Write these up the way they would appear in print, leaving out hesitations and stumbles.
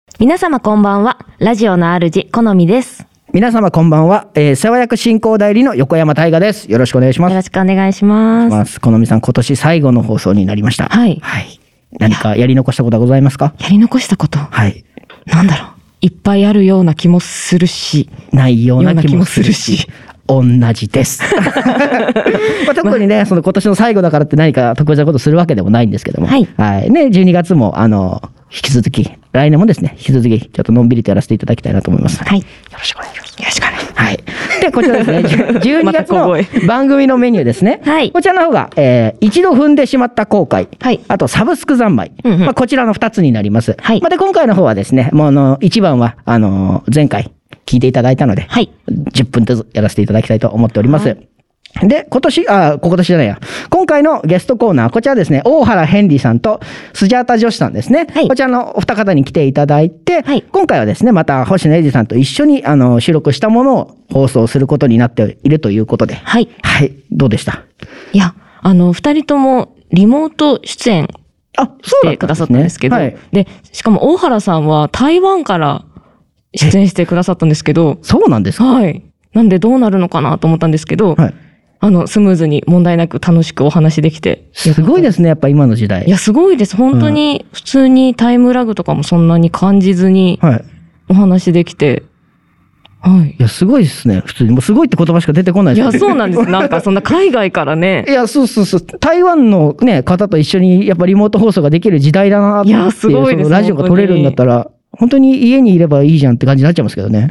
皆様こんばんは。ラジオの主、好みです。 皆様こんばんは。世話役進行代理の横山大河です。よろしくお願いします。 よろしくお願いします。 好みさん、今年最後の放送になりました。 はい。 はい。何かやり残したことはございますか？ やり残したこと。 はい。 なんだろう。いっぱいあるような気もするし。 ないような気もするし。同じです。特にね、その今年の最後だからって何か特別なことするわけでもないんですけども。 はい。 はい。ね、12月も、引き続き、来年もですね、引き続き、ちょっとのんびりとやらせていただきたいなと思います。 はい。 よろしくお願いします。 よろしくお願いします。 はい。で、こちらですね、12月の番組のメニューですね。 はい。 こちらの方が、一度踏んでしまった後悔。はい。あと、サブスク三昧。こちらの2つになります。はい。で、今回の方はですね、もう1番は、前回聞いていただいたので、はい。10分ずつやらせていただきたいと思っております。はい。で、今年じゃないや。今回のゲストコーナー、こちらですね、大原ヘンリーさんとスジャータ女子さんですね。はい。こちらのお二方に来ていただいて、はい。今回はですね、また星野英二さんと一緒に、収録したものを放送することになっているということで。はい。はい。どうでした？いや、 二人ともリモート出演してくださったんですけど、はい。で、しかも大原さんは台湾から出演してくださったんですけど、 そうなんですか？ はい。なんでどうなるのかなと思ったんですけど、はい。スムーズに問題なく楽しくお話できて。 すごいですね、やっぱ今の時代。 いや、すごいです。本当に普通にタイムラグとかもそんなに感じずにお話できて。はい。 いや、すごいですね。普通に。もうすごいって言葉しか出てこないです。 いや、そうなんです。なんかそんな海外からね。 いや、そう。台湾のね、方と一緒にやっぱリモート放送ができる時代だなって。 いや、すごいです。 ラジオが撮れるんだったら、本当に家にいればいいじゃんって感じになっちゃいますけどね。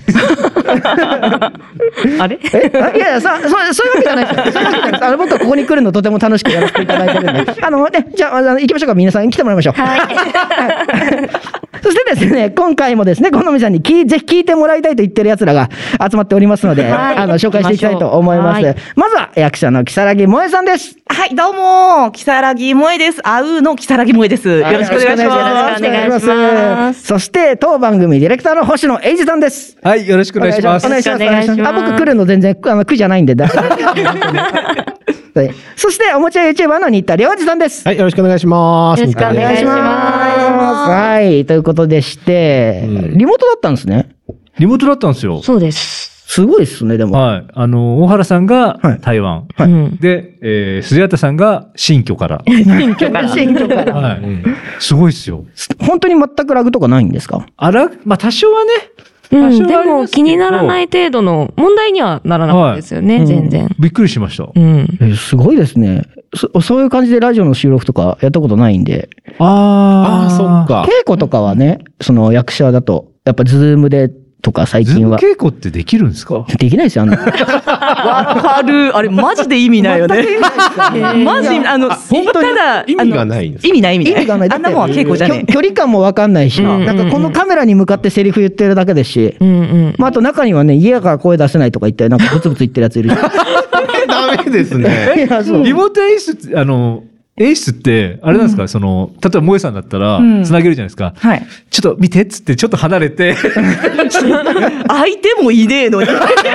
あれいや、そういうわけじゃないですよ。僕はここに来るのとても楽しくやらせていただいてるんで。じゃあ、行きましょうか。皆さん来てもらいましょう。はい。そしてですね、今回もですね、好みさんにぜひ聞いてもらいたいと言ってる奴らが集まっておりますので、紹介していきたいと思います。まずは役者の如月萌さんです。 はい、どうも、如月萌です。あうの如月萌です。よろしくお願いします。 よろしくお願いします。 そして、当番組ディレクターの星野英二さんです。 はい、よろしくお願いします。 お願いします。 僕来るの全然苦じゃないんで。そして、おもちゃ YouTuber の新田良二さんです。 はい、よろしくお願いします。 よろしくお願いします。 はい、ということでして、リモートだったんですね。 リモートだったんですよ。 そうです。 すごいですね、でも。 はい。大原さんが台湾。はい。で、スジャータさんが新居から。 新居から。 はい。すごいですよ。 本当に全くラグとかないんですか？ まあ、多少はね。 でも気にならない程度の問題にはならなかったですよね、全然。 びっくりしました。 すごいですね。そういう感じでラジオの収録とかやったことないんで。 ああ、そっか。 稽古とかはね、その役者だと、やっぱズームでとか最近は。 ズーム稽古ってできるんですか？ できないですよ、 わかる。あれ、マジで意味ないよね。マジ、 本当に意味がないんです。 意味ない。 意味がない。 あんなもんは稽古じゃねえ。 距離感もわかんないし、なんかこのカメラに向かってセリフ言ってるだけですし、あと中にはね、家から声出せないとか言って、なんかブツブツ言ってるやついるし。 ダメですね。リモート演出、演出って、あれなんですか、例えば萌さんだったら、つなげるじゃないですか。はい。ちょっと見てっつって、ちょっと離れて。 相手もいねえのに。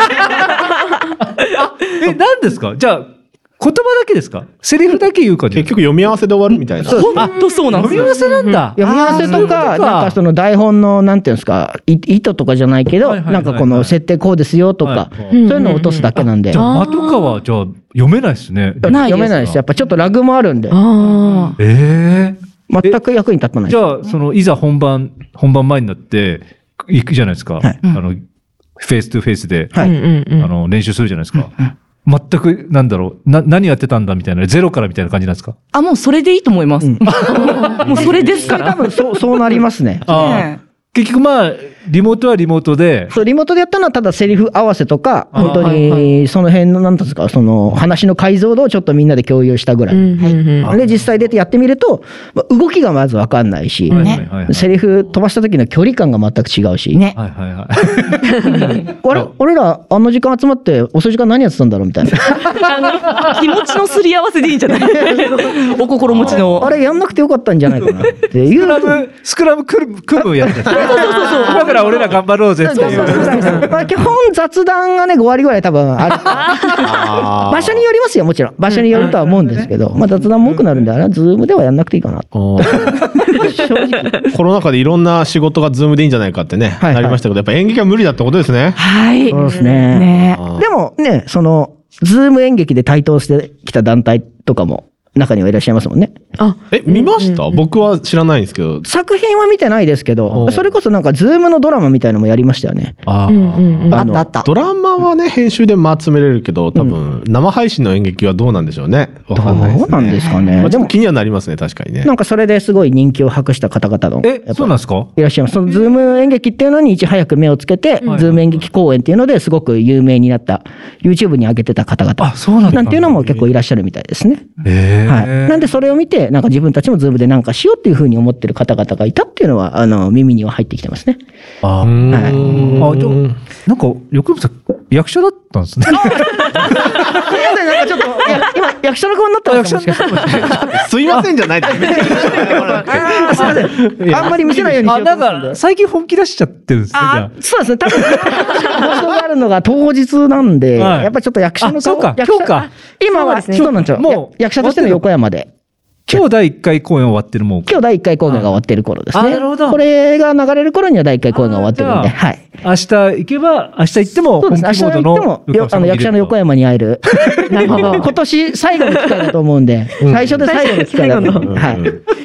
何ですか？じゃあ、言葉だけですか？セリフだけ言うか。 結局読み合わせで終わるみたいな。 本当そうなんですよ。 読み合わせなんだ。 読み合わせとか、なんかその台本の、なんていうんですか、意図とかじゃないけど、なんかこの設定こうですよとか、そういうのを落とすだけなんで。 じゃあ、間とかは、じゃあ、読めないですね。 読めないです。やっぱちょっとラグもあるんで。全く役に立たない。 じゃあ、いざ本番前になって、行くじゃないですか。フェイストゥフェイスで、練習するじゃないですか。全く、何やってたんだみたいな、ゼロからみたいな感じなんですか？ もうそれでいいと思います。もうそれですから。 多分そうなりますね。 結局リモートはリモートで。 そう、リモートでやったのはただセリフ合わせとか、本当に、その辺の、なんですか、話の解像度をちょっとみんなで共有したぐらい。で、実際出てやってみると、動きがまずわかんないし、セリフ飛ばした時の距離感が全く違うし。ね。俺ら、あの時間集まって、遅い時間何やってたんだろうみたいな。 気持ちのすり合わせでいいんじゃない？お心持ちの。 あれやんなくてよかったんじゃないかなっていう。 スクラム組むやつですね。 だから俺ら頑張ろうぜっていう。 基本雑談がね、5割ぐらい多分ある。場所によりますよ、もちろん。場所によるとは思うんですけど、雑談も多くなるんで、あれはズームではやんなくていいかなと。 正直。コロナ禍でいろんな仕事がズームでいいんじゃないかってね、なりましたけど、やっぱ演劇は無理だってことですね。 はい。 そうですね。でもね、ズーム演劇で台頭してきた団体とかも中にはいらっしゃいますもんね。 見ました？僕は知らないんですけど。 作品は見てないですけど、それこそなんかズームのドラマみたいのもやりましたよね。 あった。 ドラマはね、編集で集めれるけど、多分、生配信の演劇はどうなんでしょうね。わかんないですね。 どうなんですかね。 でも気にはなりますね、確かにね。 なんかそれですごい人気を博した方々の。 そうなんですか？ いらっしゃいます。そのズーム演劇っていうのにいち早く目をつけて、ズーム演劇公演っていうのですごく有名になった、YouTube に上げてた方々。なんていうのも結構いらっしゃるみたいですね。はい。なんでそれを見て、なんか自分たちもズームでなんかしようっていうふうに思ってる方々がいたっていうのは、耳には入ってきてますね。 なんか、よく見たら役者だったんですね。 なんかちょっと、今、役者の顔になったんですか？ すいませんじゃないです。 あんまり見せないようにしようと思ったんで。 最近本気出しちゃってるんですね。 そうですね。多分、放送があるのが当日なんで、やっぱりちょっと役者の顔。 そうか、今日か。 今は、そうなんですよ。もう、役者としての横山で。 今日第1回公演終わってるもん。 今日第1回公演が終わってる頃ですね。 なるほど。 これが流れる頃には第1回公演が終わってるんで、はい。 明日行けば、明日行っても、 そうです。明日行っても、役者の横山に会える。なるほど。今年最後の機会だと思うんで、最初で最後の機会だと思うんで、はい。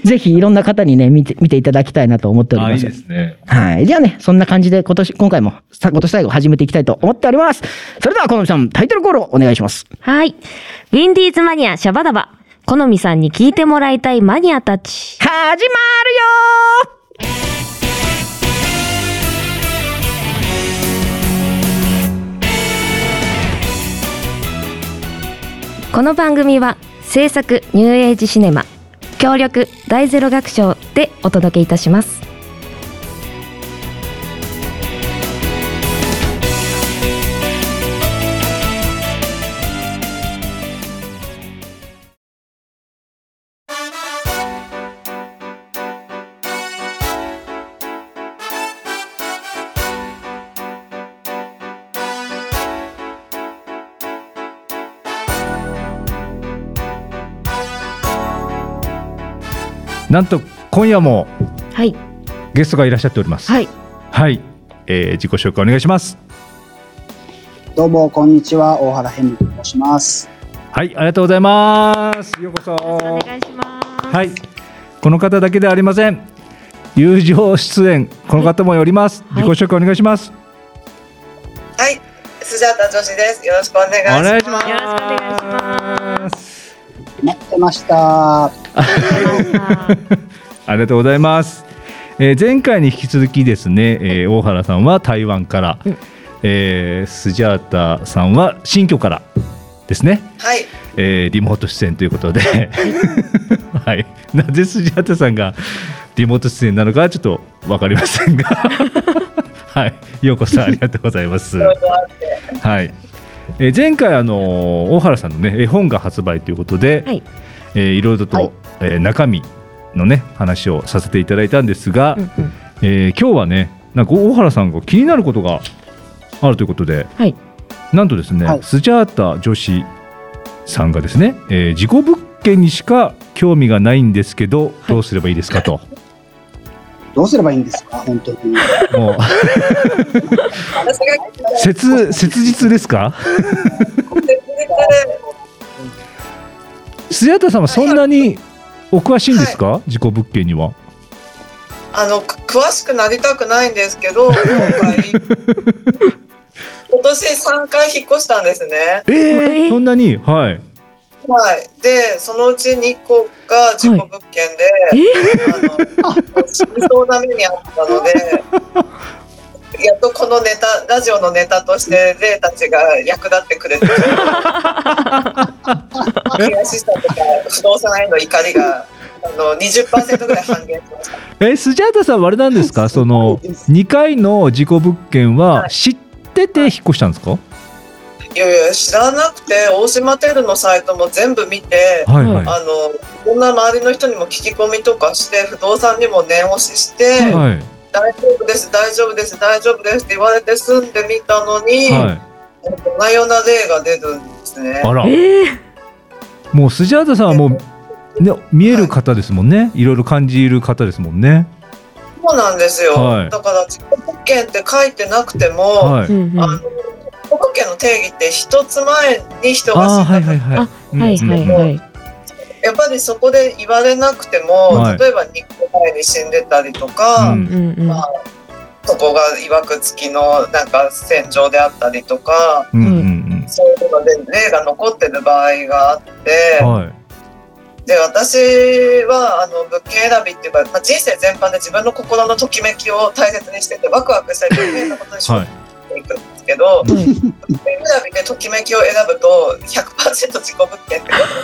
ぜひいろんな方にね、見ていただきたいなと思っております。 いいですね。 はい。じゃあね、そんな感じで今回も、今年最後始めていきたいと思っております。それでは、好みさん、タイトルコールをお願いします。 はい。ウィンディーズマニアシャバダバ。好みさんに聞いてもらいたいマニアたち。 始まるよー。この番組は制作ニューエイジシネマ協力大ゼロ学賞でお届けいたします。 なんと今夜もはいゲストがいらっしゃっております。 はい、 はい。自己紹介お願いします。 どうもこんにちは、大原ヘンリーと申します。 はい、ありがとうございます。ようこそ。 お願いします。 はい、この方だけではありません。友情出演この方もおります。自己紹介お願いします。 はい、スジャータ女子です。よろしくお願いします。 お願いします。 よろしくお願いします。 待ってました。 ありがとうございます。前回に引き続きですね、大原さんは台湾から、スジャータさんは新居からですね。 はい。 リモート出演ということで、はい。なぜスジャータさんがリモート出演なのかはちょっとわかりませんが、はい。ようこそありがとうございます。はい。前回大原さんのね絵本が発売ということで、はい、いろいろと、中身のね話をさせていただいたんですが、今日はねなんか大原さんが気になることがあるということで、はい、なんとですね、スジャータ女子さんがですね、事故物件にしか興味がないんですけど、どうすればいいですかと。 どうすればいいんですか本当に。もう切実ですか。スジャータさんはそんなにお詳しいんですか、事故物件には。 詳しくなりたくないんですけど、今年3回引っ越したんですね。 そんなに。はい。 はい、でそのうち2個が事故物件で、死にそうな目にあったので、やっとこのラジオのネタとして霊たちが役立ってくれて、悔しさとか不動産への怒りが20% ぐらい半減しました。 スジャータさんはあれなんですか、その2回の事故物件は知ってて引っ越したんですか。 いやいや知らなくて、大島テルのサイトも全部見て、こんな周りの人にも聞き込みとかして、不動産にも念押しして、 大丈夫です大丈夫です大丈夫ですって言われて住んでみたのに、夜な夜な霊が出るんですね。 あら、もうスジャータさんはもう、ね、見える方ですもんね、いろいろ感じる方ですもんね。 そうなんですよ、だから自己物件って書いてなくても、自己物件の定義って一つ前に人が死んだ時やっぱりそこで言われなくても、例えば2個前に死んでたりとか、そこが曰く付きのなんか戦場であったりとか、そういうので霊が残ってる場合があって、で私は物件選びっていうか、人生全般で自分の心のときめきを大切にしてて、ワクワクしたり変なことにしようっていくんですけど、物件選びでときめきを選ぶと 100% 自己物件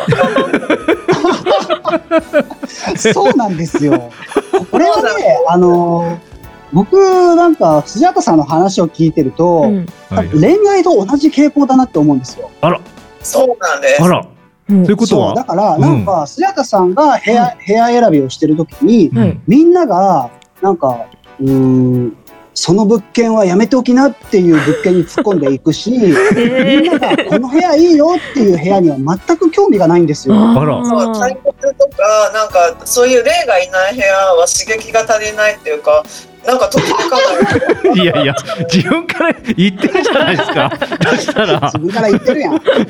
ってそうなんですよ。これはね、僕なんかスジャータさんの話を聞いてると、恋愛と同じ傾向だなって思うんですよ。 あら、 そうなんです。 あら、ということはだからなんかスジャータさんが部屋選びをしてるときに、みんながなんかその物件はやめておきなっていう物件に突っ込んでいくし、みんながこの部屋いいよっていう部屋には全く興味がないんですよ。 そう対決とかなんかそういう霊がいない部屋は刺激が足りないっていうか、なんかときめかない。 いやいや、自分から言ってるじゃないですか。そしたら自分から言ってるやん。だから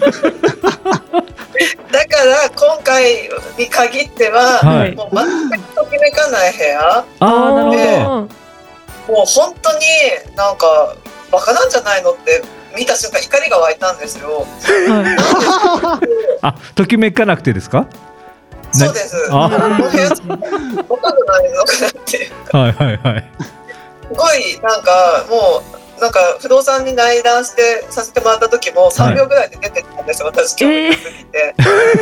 今回に限っては、もう全くときめかない部屋。 なるほど。 もう本当になんかバカなんじゃないのって見た瞬間怒りが湧いたんですよ。 あ、ときめかなくてですか？ そうです。この部屋バカじゃないのかなっていうか。すごいなんかもうなんか不動産に内覧してさせてもらった時も3秒ぐらいで出てったんですよ、私興味がすぎて。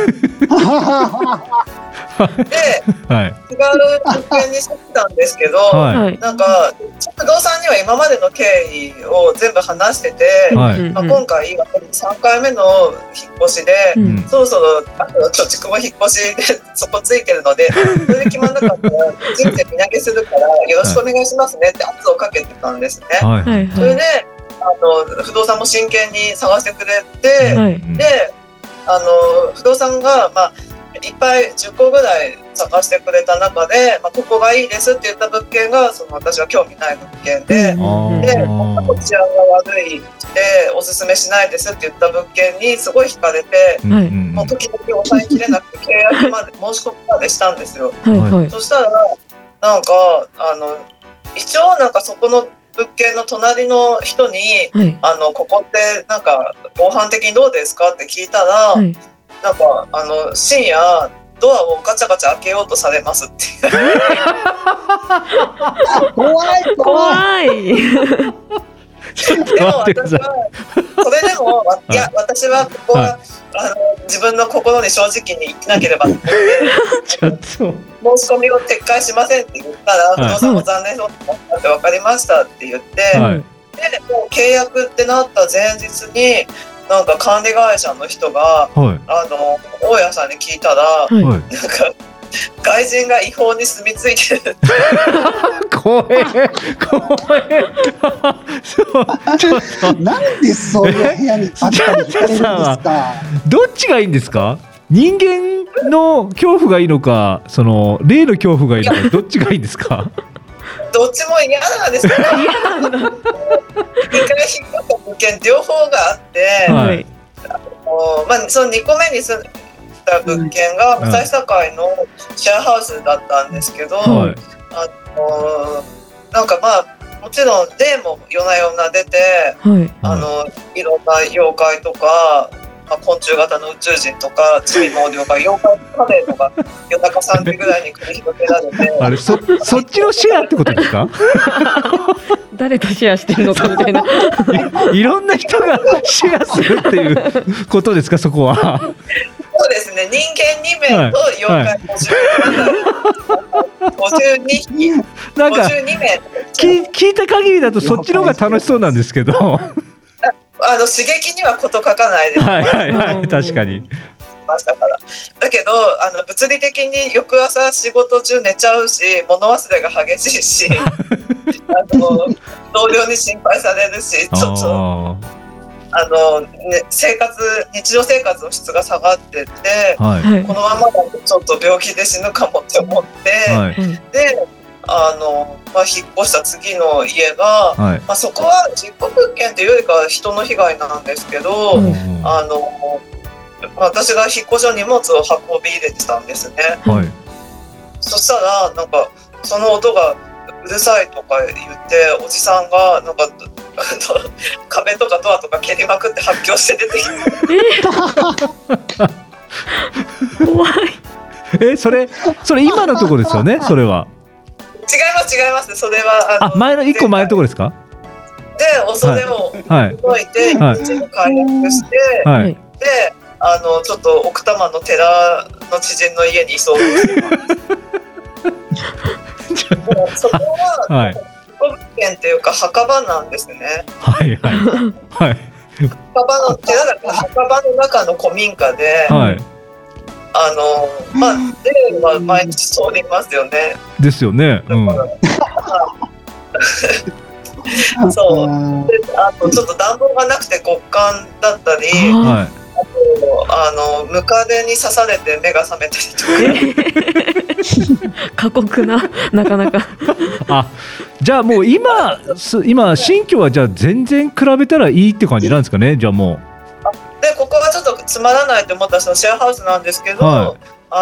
で、違う物件にしてたんですけど、なんか不動産には今までの経緯を全部話してて、今回3回目の引っ越しで、そろそろ貯蓄も引っ越しでそこついてるので、それで決まんなかったら人生見投げするからよろしくお願いしますねって圧をかけてたんですね。それで不動産も真剣に探してくれて、で不動産がいっぱい10個ぐらい探してくれた中で、ここがいいですって言った物件が私は興味ない物件で、治安が悪いでおすすめしないですって言った物件にすごい惹かれて、もう時々抑えきれなくて契約まで申し込みまでしたんですよ。そしたらなんか一応なんかそこの物件の隣の人に、ここってなんか防犯的にどうですかって聞いたら、なんか深夜ドアをガチャガチャ開けようとされますって怖いでも私はそれでもいや私はここは自分の心に正直に生きなければと思って申し込みを撤回しませんって言ったら、不動産も残念そうだったって分かりましたって言って、でもう契約ってなった前日になんか管理会社の人が、大家さんに聞いたら、なんか外人が違法に住み着いてる怖えなんでそういう部屋にあったり惹かれるんですか？ どっちがいいんですか？人間の恐怖がいいのか、その霊の恐怖がいいのか、どっちがいいんですか？ どっちも嫌なんですけど、2回引っ越した物件両方があって、その2個目に住んだ物件が最境のシェアハウスだったんですけど、なんかもちろん霊も夜な夜な出て、いろんな妖怪とか、昆虫型の宇宙人とか地味猛量が妖怪カレーとか夜中3時ぐらいに繰り広げられてあれ そっちのシェアってことですか？ 誰とシェアしてるのかみたいないろんな人がシェアするっていうことですか、そこは。 そうですね、人間2名と妖怪52匹、 なんか 52名聞いた限りだとそっちの方が楽しそうなんですけど刺激には事欠かないです。 確かに。 ましたから。だけど物理的に翌朝仕事中寝ちゃうし、物忘れが激しいし同僚に心配されるし、ちょっと日常生活の質が下がってって、このままだとちょっと病気で死ぬかもって思って、で引っ越した次の家が、そこは実家物件というよりかは人の被害なんですけど、私が引っ越しの荷物を運び入れてたんですね。そしたらなんかその音がうるさいとか言っておじさんがなんか壁とかドアとか蹴りまくって発狂して出てきて怖い。 それ今のところですよね。それは違います。それは前の1個前のところですか。 で恐れを解いて一部回復して、でちょっと奥多摩の寺の知人の家に居候してますそこは物件っていうか墓場なんですね。墓場の寺だから墓場の中の古民家で、霊は毎日通りますよね。 ですよね。 そうでちょっと暖房がなくて極寒だったり、ムカデに刺されて目が覚めたりとか過酷なかなかじゃあもう今新居はじゃあ全然比べたらいいって感じなんですかね。じゃあもうでここはちょっとつまらないと思ったシェアハウスなんですけど、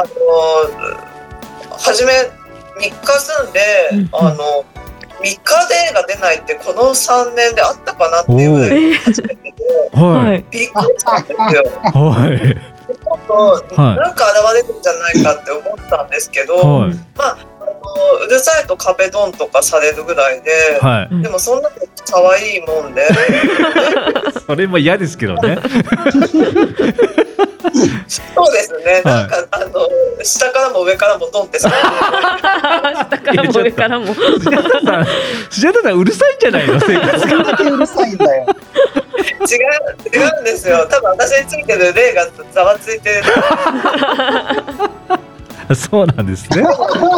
初め3日住んで3日でが出ないってこの3年であったかなっていうぐらい初めてで、びっくりしたんですよ。ちょっとなんか現れるんじゃないかって思ったんですけど、うるさいと壁ドンとかされるぐらいで、でもそんなの可愛いもんでそれも嫌ですけどねそうですね、なんか下からも上からもドンってさ下からも上からもスジャタさんうるさいんじゃないの生活がうるさいんだよ違うんですよ。多分私についてる霊がざわついてるそうなんですね今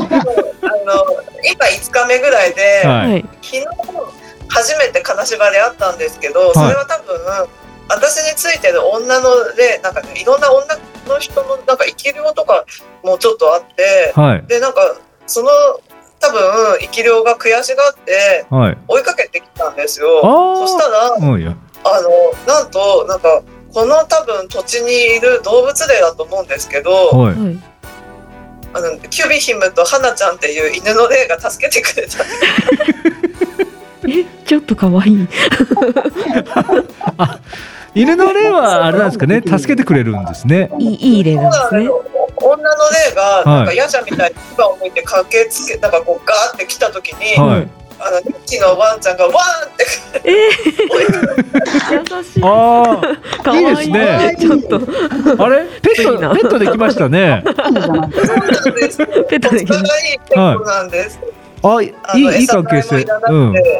5日目ぐらいで、昨日初めて金縛りあったんですけど、それは多分私についてる女の霊、なんかね、いろんな女の人のなんか生き量とかもちょっとあって、でなんかその多分生き量が悔しがって、追いかけてきたんですよ。そしたらなんとなんかこの多分土地にいる動物霊だと思うんですけど、キュビヒムとハナちゃんっていう犬の霊が助けてくれたちょっと可愛い犬の霊はあれなんですかね、助けてくれるんですね。 いい霊なんですね。 女の霊がなんかヤジャみたいに牙を向いて駆けつけ、なんかこうガーって来た時に、2匹のワンちゃんがワーンって優しい。かわいいですね。ちょっとあれペットできましたね。 ペットできました。いいペットなんです。 いい関係性。 無料で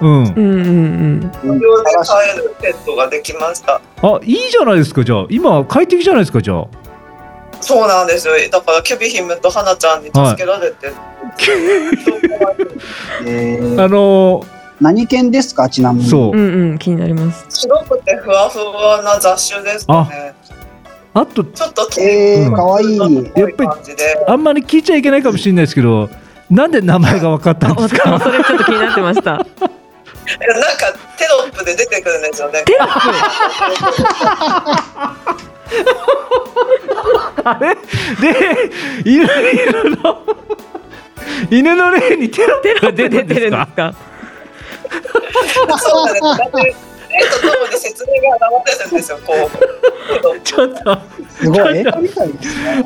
飼えるペットができました。 いいじゃないですか。じゃあ今快適じゃないですか。じゃあそうなんですよ。だからキュビヒムとハナちゃんに助けられて、 何犬ですか、ちなみに。 そう、気になります。 白くてふわふわな雑種ですね。 あとちょっと可愛い。 やっぱりあんまり聞いちゃいけないかもしれないですけど、なんで名前が分かったんですか。 それちょっと気になってました。 なんかテロップで出てくるんですよね。 テロップあれで犬の霊にテロップが出てるんですか。 そうなんです。霊とともに説明が現れるんですよ。こうちょっとすごい映画みたいですね。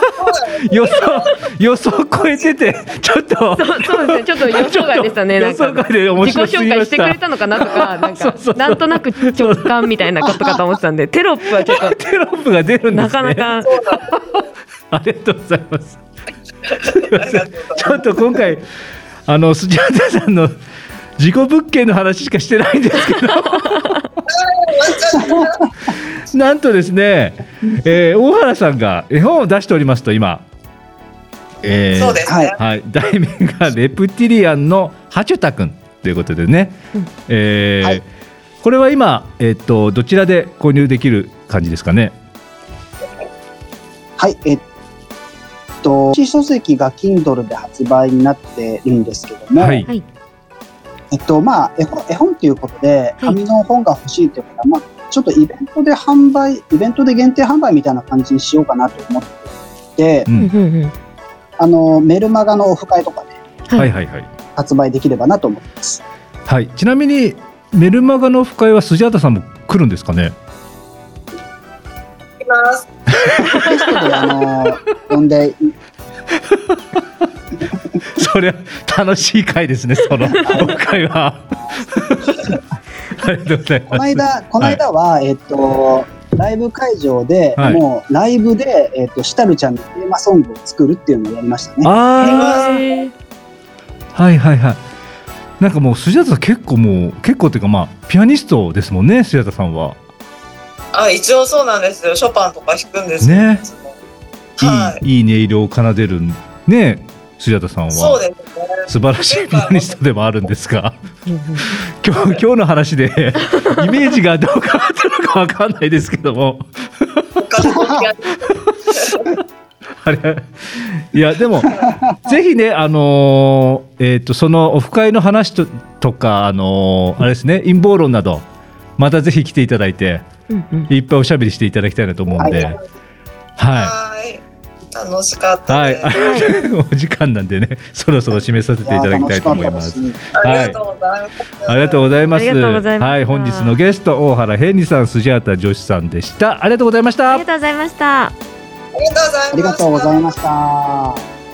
予想超えててちょっとそうですね、ちょっと予想外でしたね。なんか予想外で面白すぎました。 自己紹介してくれたのかなとか、なんとなく直感みたいなことかと思ってたんで、テロップはちょっとテロップが出るんですね。 なかなかありがとうございます。ちょっと今回スジャタさんの事故物件の話しかしてないんですけどなんとですね、大原さんが絵本を出しておりますと今、 そうですね、 はい、題名がレプティリアンのハチュタ君ということでね、はい、これは今、どちらで購入できる感じですかね。 はい、電子書籍が Kindle で発売になっているんですけども、はい、まあ、絵本ということで紙の本が欲しいという方は、まあ、ちょっとイベントで限定販売みたいな感じにしようかなと思っていて、メルマガのオフ会とかで発売できればなと思ってます。 はい、ちなみにメルマガのオフ会はスジャータさんも来るんですかね。 来ます。 ゲストで呼んでそれは楽しい会ですね、そのオフ会は。ありがとうございます。 この間は、ライブ会場で、はい、もうライブで、シタルちゃんのテーマソングを作るっていうのをやりましたね。 はいはいはい。なんかもうスジャタさん結構っていうか、まあピアニストですもんね、スジャタさんは。 一応そうなんですよ。ショパンとか弾くんですよね。いい音色を奏でるね、スジャタさんは。そうですね。素晴らしいピアニストでもあるんですが、今日の話でイメージがどう変わったのかわかんないですけども。あれいやでもぜひね、そのオフ会の話とかあれですね、陰謀論などまたぜひ来ていただいて、いっぱいおしゃべりしていただきたいなと思うんで、はい、 楽しかったです。はい、 お時間なんでね、そろそろ締めさせていただきたいと思います。 ありがとうございます。 ありがとうございます。はい、本日のゲスト大原平二さん、スジャータ女子さんでした。ありがとうございました。 ありがとうございました。 ありがとうございました。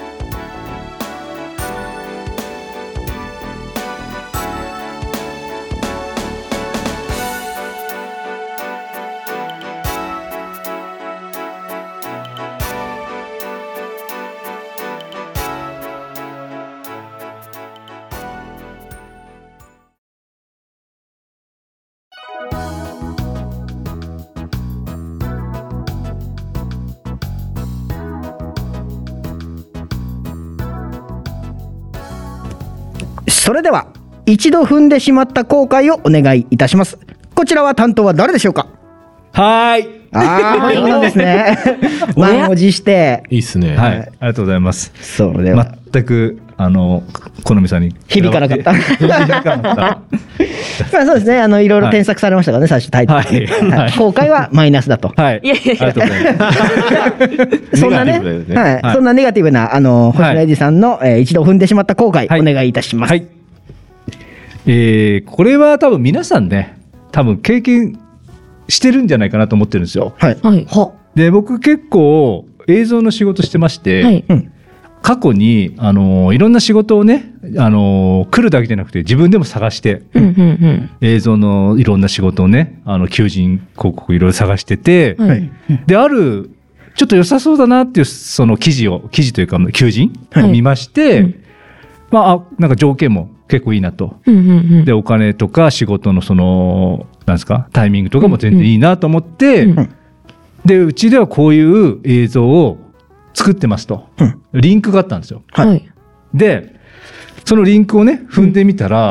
それでは一度踏んでしまった後悔をお願いいたします。こちらは担当は誰でしょうか。 はい。 そうなんですね。満を持していいっすね。 はい、ありがとうございます。 それは全く好みさんに響かなかった。まあそうですね。いろいろ添削されましたからね、最初タイトル。後悔はマイナスだと。 はい。いやいやいや。 そんなね、そんなネガティブな星野エディさんの一度踏んでしまった後悔お願いいたします。はい。 これは多分皆さんね、多分経験してるんじゃないかなと思ってるんですよ。はい。で、僕結構映像の仕事してまして、過去にいろんな仕事をね、来るだけじゃなくて自分でも探して、映像のいろんな仕事をね、求人広告いろいろ探してて、で、あるちょっと良さそうだなっていうその記事というか求人を見まして、まあなんか条件も結構いいなと、でお金とか仕事のそのなんですかタイミングとかも全然いいなと思って、でうちではこういう映像を作ってますと、リンクがあったんですよ。でそのリンクをね踏んでみたら、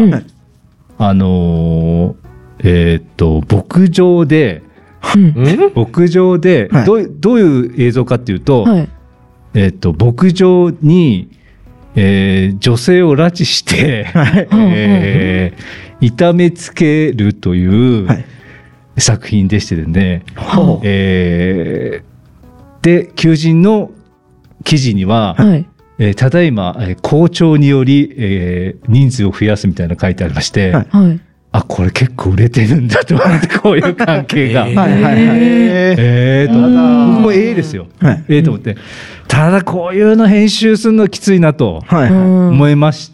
牧場でどういう映像かっていうと、牧場に女性を拉致して、痛めつけるという作品でしてね、で求人の記事には、ただいま校長により、人数を増やすみたいなの書いてありまして、あ、これ結構売れてるんだと思って、こういう関係が。僕もですよ。と思って。ただこういうの編集するのきついなと思いまして、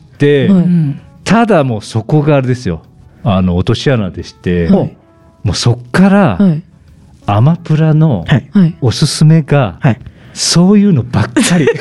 ただもうそこがあれですよ。落とし穴でして、もうそっから、アマプラのおすすめが、 そういうのばっかり。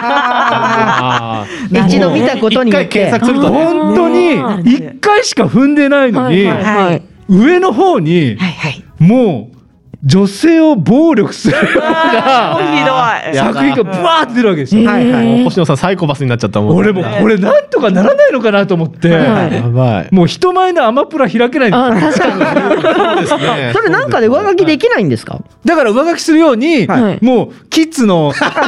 一度見たことによって。 検索すると本当に1回しか踏んでないのに、上の方に、もう、女性を暴力するような作品がブワーって出るわけですよ。 星野さんサイコパスになっちゃったもん。 俺もこれなんとかならないのかなと思って、 やばい。 もう人前のアマプラ開けないんですよ。 確かに。そうですね。それなんかで上書きできないんですか？ だから上書きするように、もうキッズの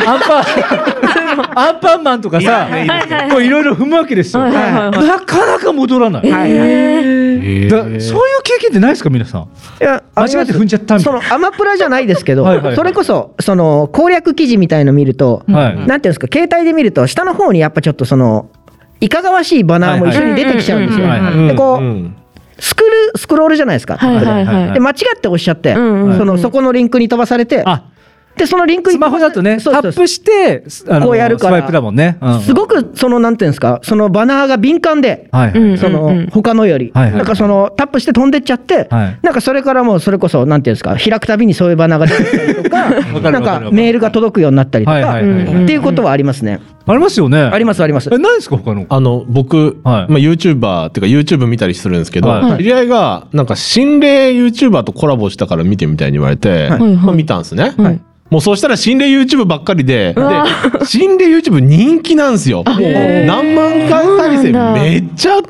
アンパンマンとかさ、もういろいろ踏むわけですよ。なかなか戻らない。そういう経験ってないですか皆さん？ いや、 間違って踏んじゃったみたいな。 アマプラじゃないですけど、それこそその攻略記事みたいの見ると、なんていうんですか、携帯で見ると下の方にやっぱちょっとそのいかがわしいバナーも一緒に出てきちゃうんですよ。でこうスクロールじゃないですか。で間違って押しちゃって、そこのリンクに飛ばされて。でそのリンクスマホだとね、タップしてこうやるから、 スワイプだもんね。 すごくそのなんていうんですか、そのバナーが敏感で、その他のより、なんかそのタップして飛んでっちゃって、なんかそれからもうそれこそなんていうんですか、開くたびにそういうバナーが出てきたりとか、なんかメールが届くようになったりとかっていうことはありますね。 ありますよね。 ありますあります。 何ですか他の？ 僕、YouTuber っていうか YouTube 見たりするんですけど、知り合いがなんか心霊 YouTuber とコラボしたから見てみたいに言われて、見たんですね。もうそうしたら心霊 YouTube ばっかりで、心霊 YouTube 人気なんですよ。もう何万回再生めっちゃあって、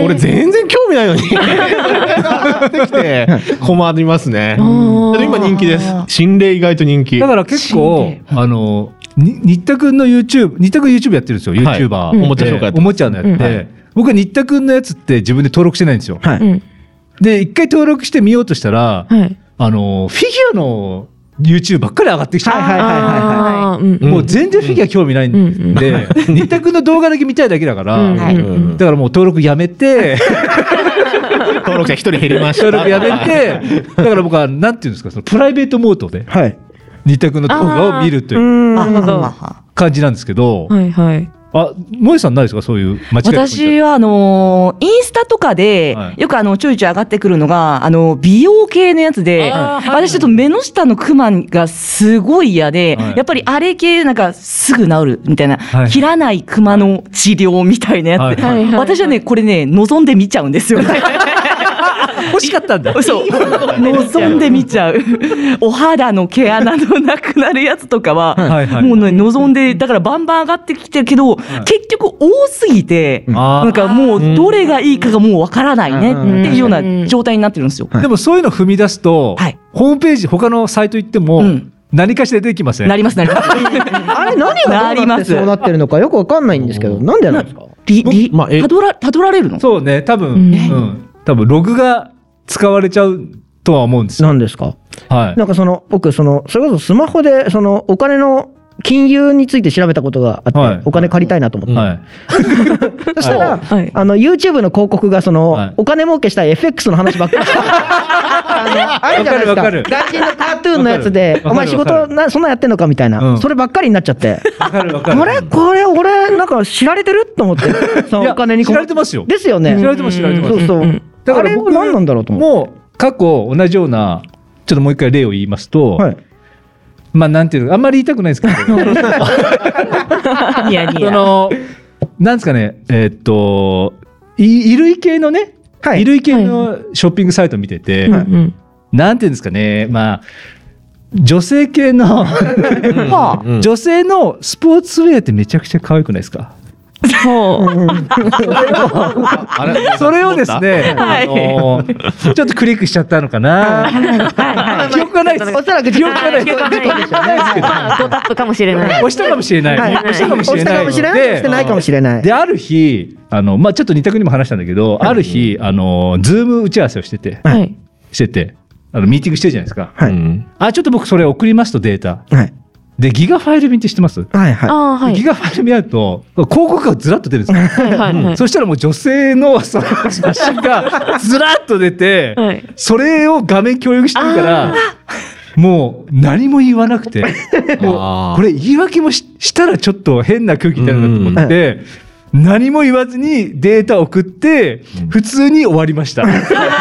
俺全然興味ないのに上がってきて困りますね。今人気です。心霊意外と人気。 だから結構新田くんの YouTube やってるんですよ。YouTuber おもちゃ紹介おもちゃのやって、僕は新田くんのやつって自分で登録してないんですよ。で一回登録してみようとしたら、フィギュアのYouTube ばっかり上がってきちゃう。もう全然フィギュア興味ないんで、新田くんの動画だけ見たいだけだから、だからもう登録やめて、 登録者1人減りました。 登録やめて、だから僕はなんていうんですか、そのプライベートモードで新田くんの動画を見るという感じなんですけど、萌さんないですかそういう間違い？ 私はインスタとかでよくちょいちょい上がってくるのが美容系のやつで、私ちょっと目の下のクマがすごい嫌で、やっぱりあれ系なんかすぐ治るみたいな、切らないクマの治療みたいなやつで、私はねこれね望んで見ちゃうんですよね。 欲しかったんだ。 そう望んで見ちゃう。お肌の毛穴のなくなるやつとかはもうね望んで、だからバンバン上がってきてるけど、結局多すぎてなんかもうどれがいいかがもうわからないねっていうような状態になってるんですよ。 でもそういうの踏み出すと、ホームページ他のサイト行っても何かしら出てきません？ なりますなります。 あれ何がどうなってそうなってるのかよくわかんないんですけど、なんでなんですか？ たどられるの？ そうね、多分ログが使われちゃうとは思うんですよ。 なんですか？なんか僕それこそスマホでお金の金融について調べたことがあって、お金借りたいなと思って、そしたらYouTube の広告がお金儲けしたい FX の話ばっかりあるじゃないですか。外人のカートゥーンのやつでお前仕事そんなやってんのかみたいな、そればっかりになっちゃって、あれこれ俺なんか知られてると思って、お金に知られてますよ。 ですよね。 知られてます知られてます。 そうそうだから僕何なんだろうと思って。 もう過去同じような、ちょっともう一回例を言いますと、まあなんていうの、あんまり言いたくないですけど、なんですかね、衣類系のね、衣類系のショッピングサイト見てて、なんていうんですかね、まあ女性系の女性のスポーツウェアってめちゃくちゃ可愛くないですか？それをですね、ちょっとクリックしちゃったのかな。記憶がないです。 おそらく記憶がない。 5タップかもしれない。 押したかもしれない。押したかもしれない。 押してないかもしれない。 で、ある日、まあちょっと二択にも話したんだけど、ある日、ズーム打ち合わせをしてて、ミーティングしてるじゃないですか。ちょっと僕それ送りますとデータ。で、ギガファイル便って知ってます？ギガファイル便あると、広告がずらっと出るんですよ。そしたらもう女性のその写真がずらっと出て、それを画面共有してるから、もう何も言わなくて、もうこれ言い訳もしたらちょっと変な空気になるなと思って、何も言わずにデータを送って、普通に終わりました。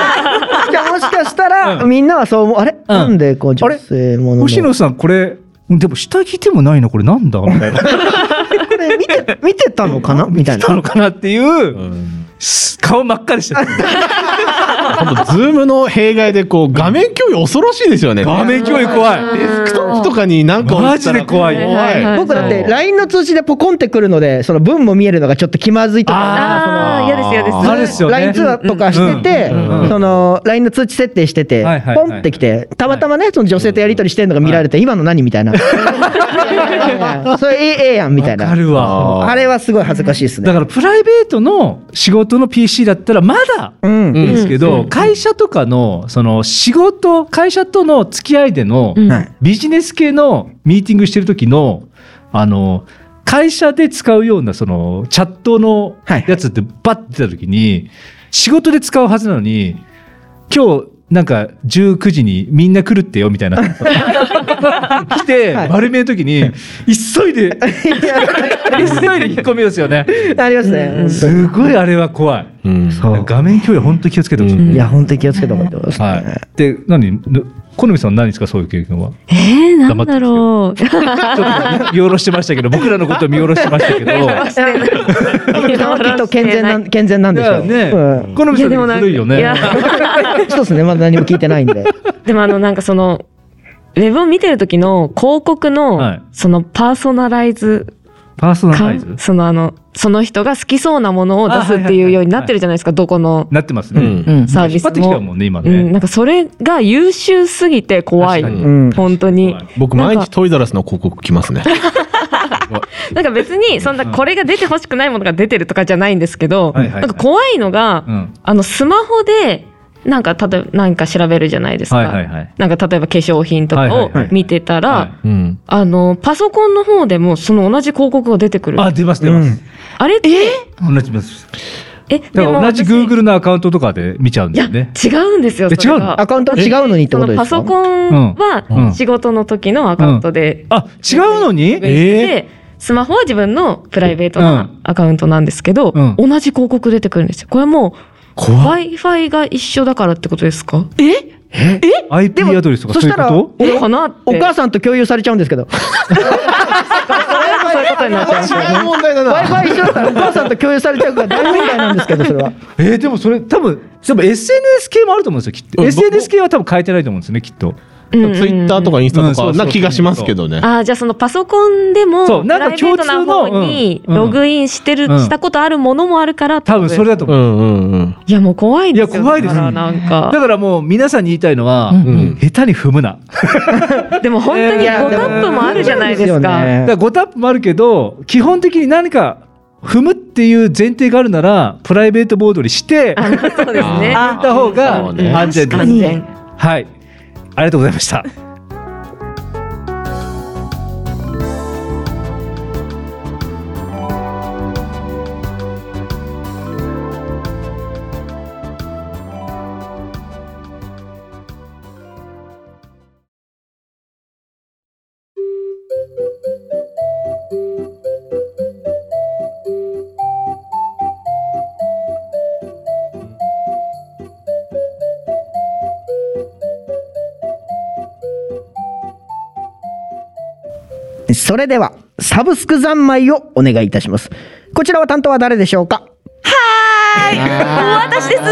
じゃあもしかしたら、みんなはそう思う。あれなんでこう女性もの。 星野さんこれ、 でも下着でもないのこれなんだみたいな。これ見てたのかなみたいな。 見てたのかなっていう、顔真っ赤でした。 本当ズームの弊害でこう画面共有恐ろしいですよね。 画面共有怖い。 デスクトップとかになんかマジで怖い。 僕だって LINE の通知でポコンってくるので、その文も見えるのがちょっと気まずいとか。 嫌です嫌です。 あれですよね。 LINE 通話とかしてて、その LINE の通知設定してて、ポンってきて、たまたまね、その女性とやり取りしてるのが見られて、今の何みたいな。それええやんみたいな。 わかるわ。 あれはすごい恥ずかしいですね。 だからプライベートの仕事の PC だったらまだいいですけど、会社とかのその仕事、会社との付き合いでのビジネス系のミーティングしてる時の会社で使うようなそのチャットのやつってバッて出た時に仕事で使うはずなのに、今日なんか19時にみんな来るってよみたいな来て丸めの時に急いで引っ込みますよね。 ありますね。 すごいあれは怖い。画面共有本当に気をつけてほしい。 いや本当に気をつけてほしいですね。 で好みさん何ですかそういう経験は。 なんだろう。ちょっと見下ろしてましたけど、僕らのことを見下ろしてましたけど。 きっと健全なんでしょうね。 好みさん古いよね。 そうですね。まだ何も聞いてないんで。 でもなんかそのウェブを見てる時の広告のそのパーソナライズ。その人が好きそうなものを出すっていうようになってるじゃないですか、どこのなってますね、 サービスも。引っ張ってきたもんね今ね。なんかそれが優秀すぎて怖い、本当に。 僕毎日トイザらスの広告来ますね。 なんか別にそんなこれが出てほしくないものが出てるとかじゃないんですけど、なんか怖いのがスマホでなんか例えば何か調べるじゃないですか。なんか例えば化粧品とかを見てたら、パソコンの方でもその同じ広告が出てくる。 出ます出ます。 あれって同じです。だから同じ Google のアカウントとかで見ちゃうんですよね。 違うんですよ。 違うの？アカウントは違うのにってことですか？ パソコンは仕事の時のアカウントで、 違うのに？ スマホは自分のプライベートなアカウントなんですけど、同じ広告出てくるんですよ。これもWi-Fi が一緒だからってことですか ？IP アドレスとかそういうこと？ お母さんと共有されちゃうんですけど。 そういうことになっちゃいますよね。 Wi-Fi 一緒だったらお母さんと共有されちゃうから大問題なんですけど、それは。 でもそれ多分 SNS 系もあると思うんですよ、きっと。SNS 系は多分変えてないと思うんですね、きっと。 ツイッターとかインスタとかな気がしますけどね。 じゃあそのパソコンでもプライベートな方にログインしたことあるものもあるから多分それだと思う。 いやもう怖いですよ。 いや怖いです。だからもう皆さんに言いたいのは下手に踏むな。 でも本当に5タップもあるじゃないですか。だから 5タップもあるけど基本的に何か踏むっていう前提があるならプライベートボードにしてそうですね。 踏んだ方が安全です。はい。ありがとうございました。 それではサブスク三昧をお願いいたします。こちらは担当は誰でしょうか？ 私です。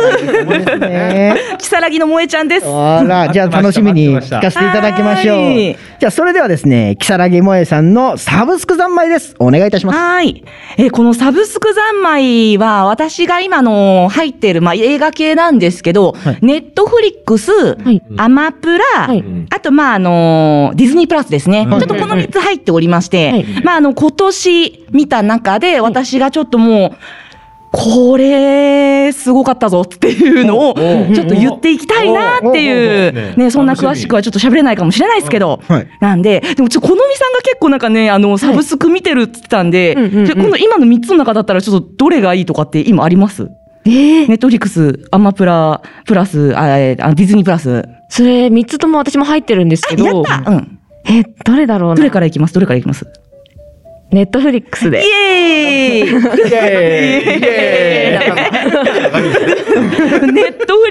如月の萌ちゃんです。 あら、じゃあ楽しみに聞かせていただきましょう。じゃあそれではですね、如月萌さんのサブスク三昧です。お願いいたします。 はい。このサブスク三昧は私が今の入っている映画系なんですけど、ネットフリックス、アマプラ、あとディズニープラスですね。ちょっとこの3つ入っておりまして、今年見た中で私がちょっともうこれすごかったぞっていうのをちょっと言っていきたいなっていうね、そんな詳しくはちょっと喋れないかもしれないですけど、なんででも好みさんが結構なんかねサブスク見てるって言ってたんで、今度今の3つの中だったらちょっとどれがいいとかって今あります？ネットフリックス、アマプラプラスディズニープラス。 それ3つとも私も入ってるんですけど。 やった。 どれだろうな。 どれからいきます？ ネットフリックスで。 イエーイネットフリ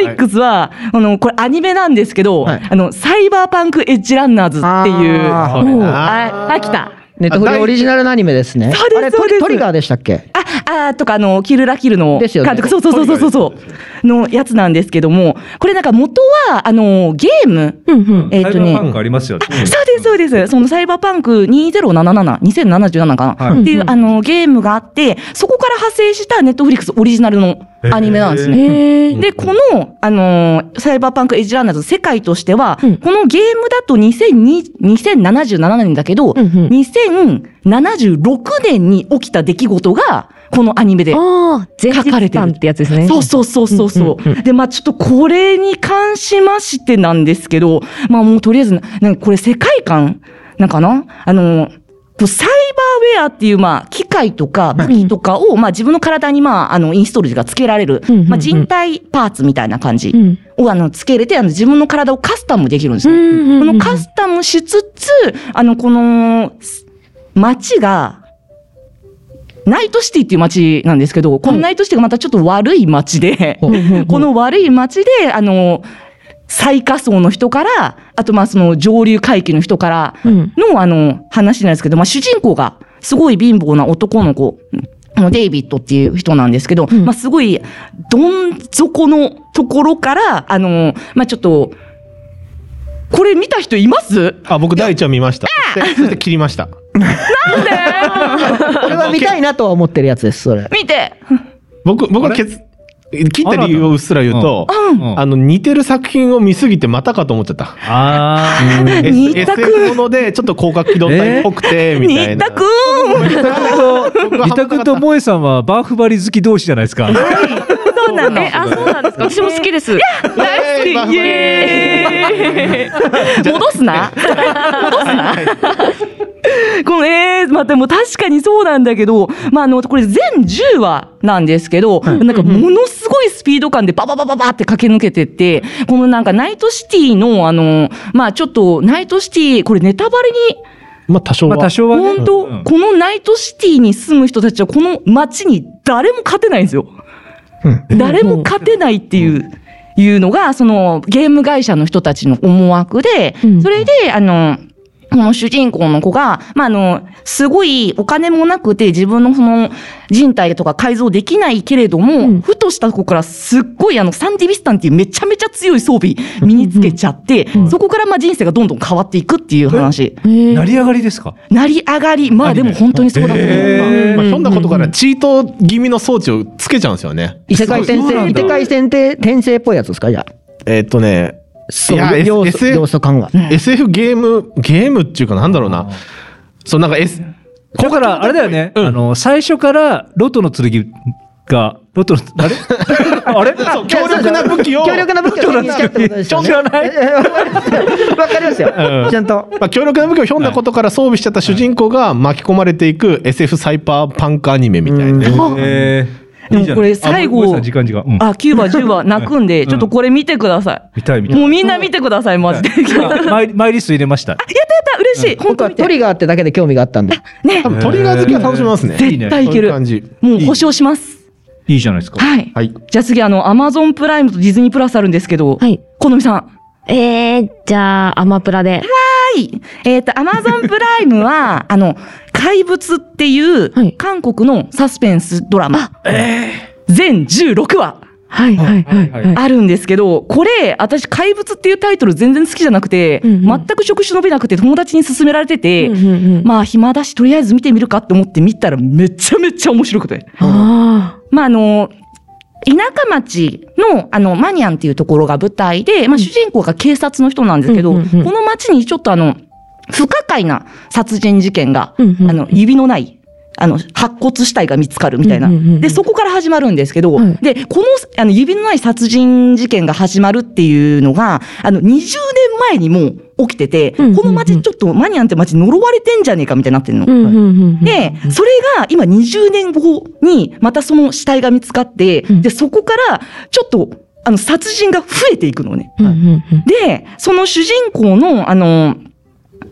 リックスは、これアニメなんですけど、サイバーパンクエッジランナーズっていう、来た。 ネットフリオリジナルのアニメですね。 そうです、そうです。 トリガーでしたっけ？ とかキルラキルの監督、そうのやつなんですけども、これなんか元はゲーム、 サイバーパンクありますよね。 そうです、そうです。そのサイバーパンク2077かなっていうゲームがあって、そこから派生したネットフリックスオリジナルのアニメなんですね。で、このサイバーパンクエッジランナーズ世界としては、このゲームだと2077年だけど、2076年に起きた出来事が、このアニメで書かれてるってやつですね。 そう。で、ちょっとこれに関しましてなんですけど、もうとりあえず、これ世界観なんかなサイバーウェアっていう、機械とか武器とかを、自分の体に、インストールがつけられる、人体パーツみたいな感じを、つけれて、自分の体をカスタムできるんですね。このカスタムしつつ、この、街が、ナイトシティっていう街なんですけど、このナイトシティがまたちょっと悪い街で、この悪い街で、最下層の人から、あとその上流階級の人からの、話なんですけど、主人公がすごい貧乏な男の子、デイビッドっていう人なんですけど、すごいどん底のところから、ちょっと、これ見た人います？ 僕第1話見ました。そして切りました。 なんで？ これは見たいなとは思ってるやつです、それ。 見て。 僕は切った理由をうっすら言うと、似てる作品を見すぎてまたかと思っちゃった。SF ものでちょっと広角機動隊っぽくて、みたいな。 二択と萌さんはバーフバリ好き同士じゃないですか。 そうなんだ。 そうなんですか。私も好きです。 大好き。イエーイ。戻すな。でも確かにそうなんだけど、これ全10話なんですけど、なんかものすごいスピード感でバババババって駆け抜けてって、このなんかナイトシティのちょっとナイトシティ、これネタバレに、 多少は。 本当、このナイトシティに住む人たちはこの街に誰も勝てないんですよ。誰も勝てないっていうのが、そのゲーム会社の人たちの思惑で、それで、この主人公の子が、すごいお金もなくて自分のその人体とか改造できないけれども、ふとしたとこからすっごいサンディビスタンっていうめちゃめちゃ強い装備身につけちゃって、そこから人生がどんどん変わっていくっていう話。 成り上がりですか？ 成り上がり。でも本当にそうだと思う。 ひょんなことからチート気味の装置をつけちゃうんですよね。 異世界転生っぽいやつですか？じゃあ。要素感が。 SF ゲームっていうかなんだろうな。なんかだからあれだよね。最初からロトの剣が、あれ強力な武器を。 強力な武器を手にしちゃったことですよね。知らない？わかりますよ。ちゃんと。 強力な武器をひょんなことから装備しちゃった主人公が巻き込まれていく SF サイバーパンクアニメみたいな。 でもこれ最後、9話、10話泣くんで、ちょっとこれ見てください。 見たい。 もうみんな見てください、マジで。 マイリスト入れました。やった、嬉しい。 本当にトリガーってだけで興味があったんで。 ね。 トリガー好きは楽しめますね。 絶対いける。もう保証します。 いいじゃないですか。 はい。じゃあ次、アマゾンプライムとディズニープラスあるんですけど、好みさん。 じゃあ、アマプラで。 アマゾンプライムは、怪物っていう韓国のサスペンスドラマ。全16話。あるんですけど、これ、私、怪物っていうタイトル全然好きじゃなくて、全く触手伸びなくて友達に勧められてて、暇だし、とりあえず見てみるかって思って見たらめちゃめちゃ面白くて。田舎町の、マニャンっていうところが舞台で、主人公が警察の人なんですけど、この町にちょっと不可解な殺人事件が、指のない、白骨死体が見つかるみたいな。で、そこから始まるんですけど、で、この、指のない殺人事件が始まるっていうのが、20年前にも起きてて、この町ちょっとマニャンって町呪われてんじゃねえかみたいになってんの。で、それが今20年後にまたその死体が見つかって、で、そこからちょっと、殺人が増えていくのね。で、その主人公の、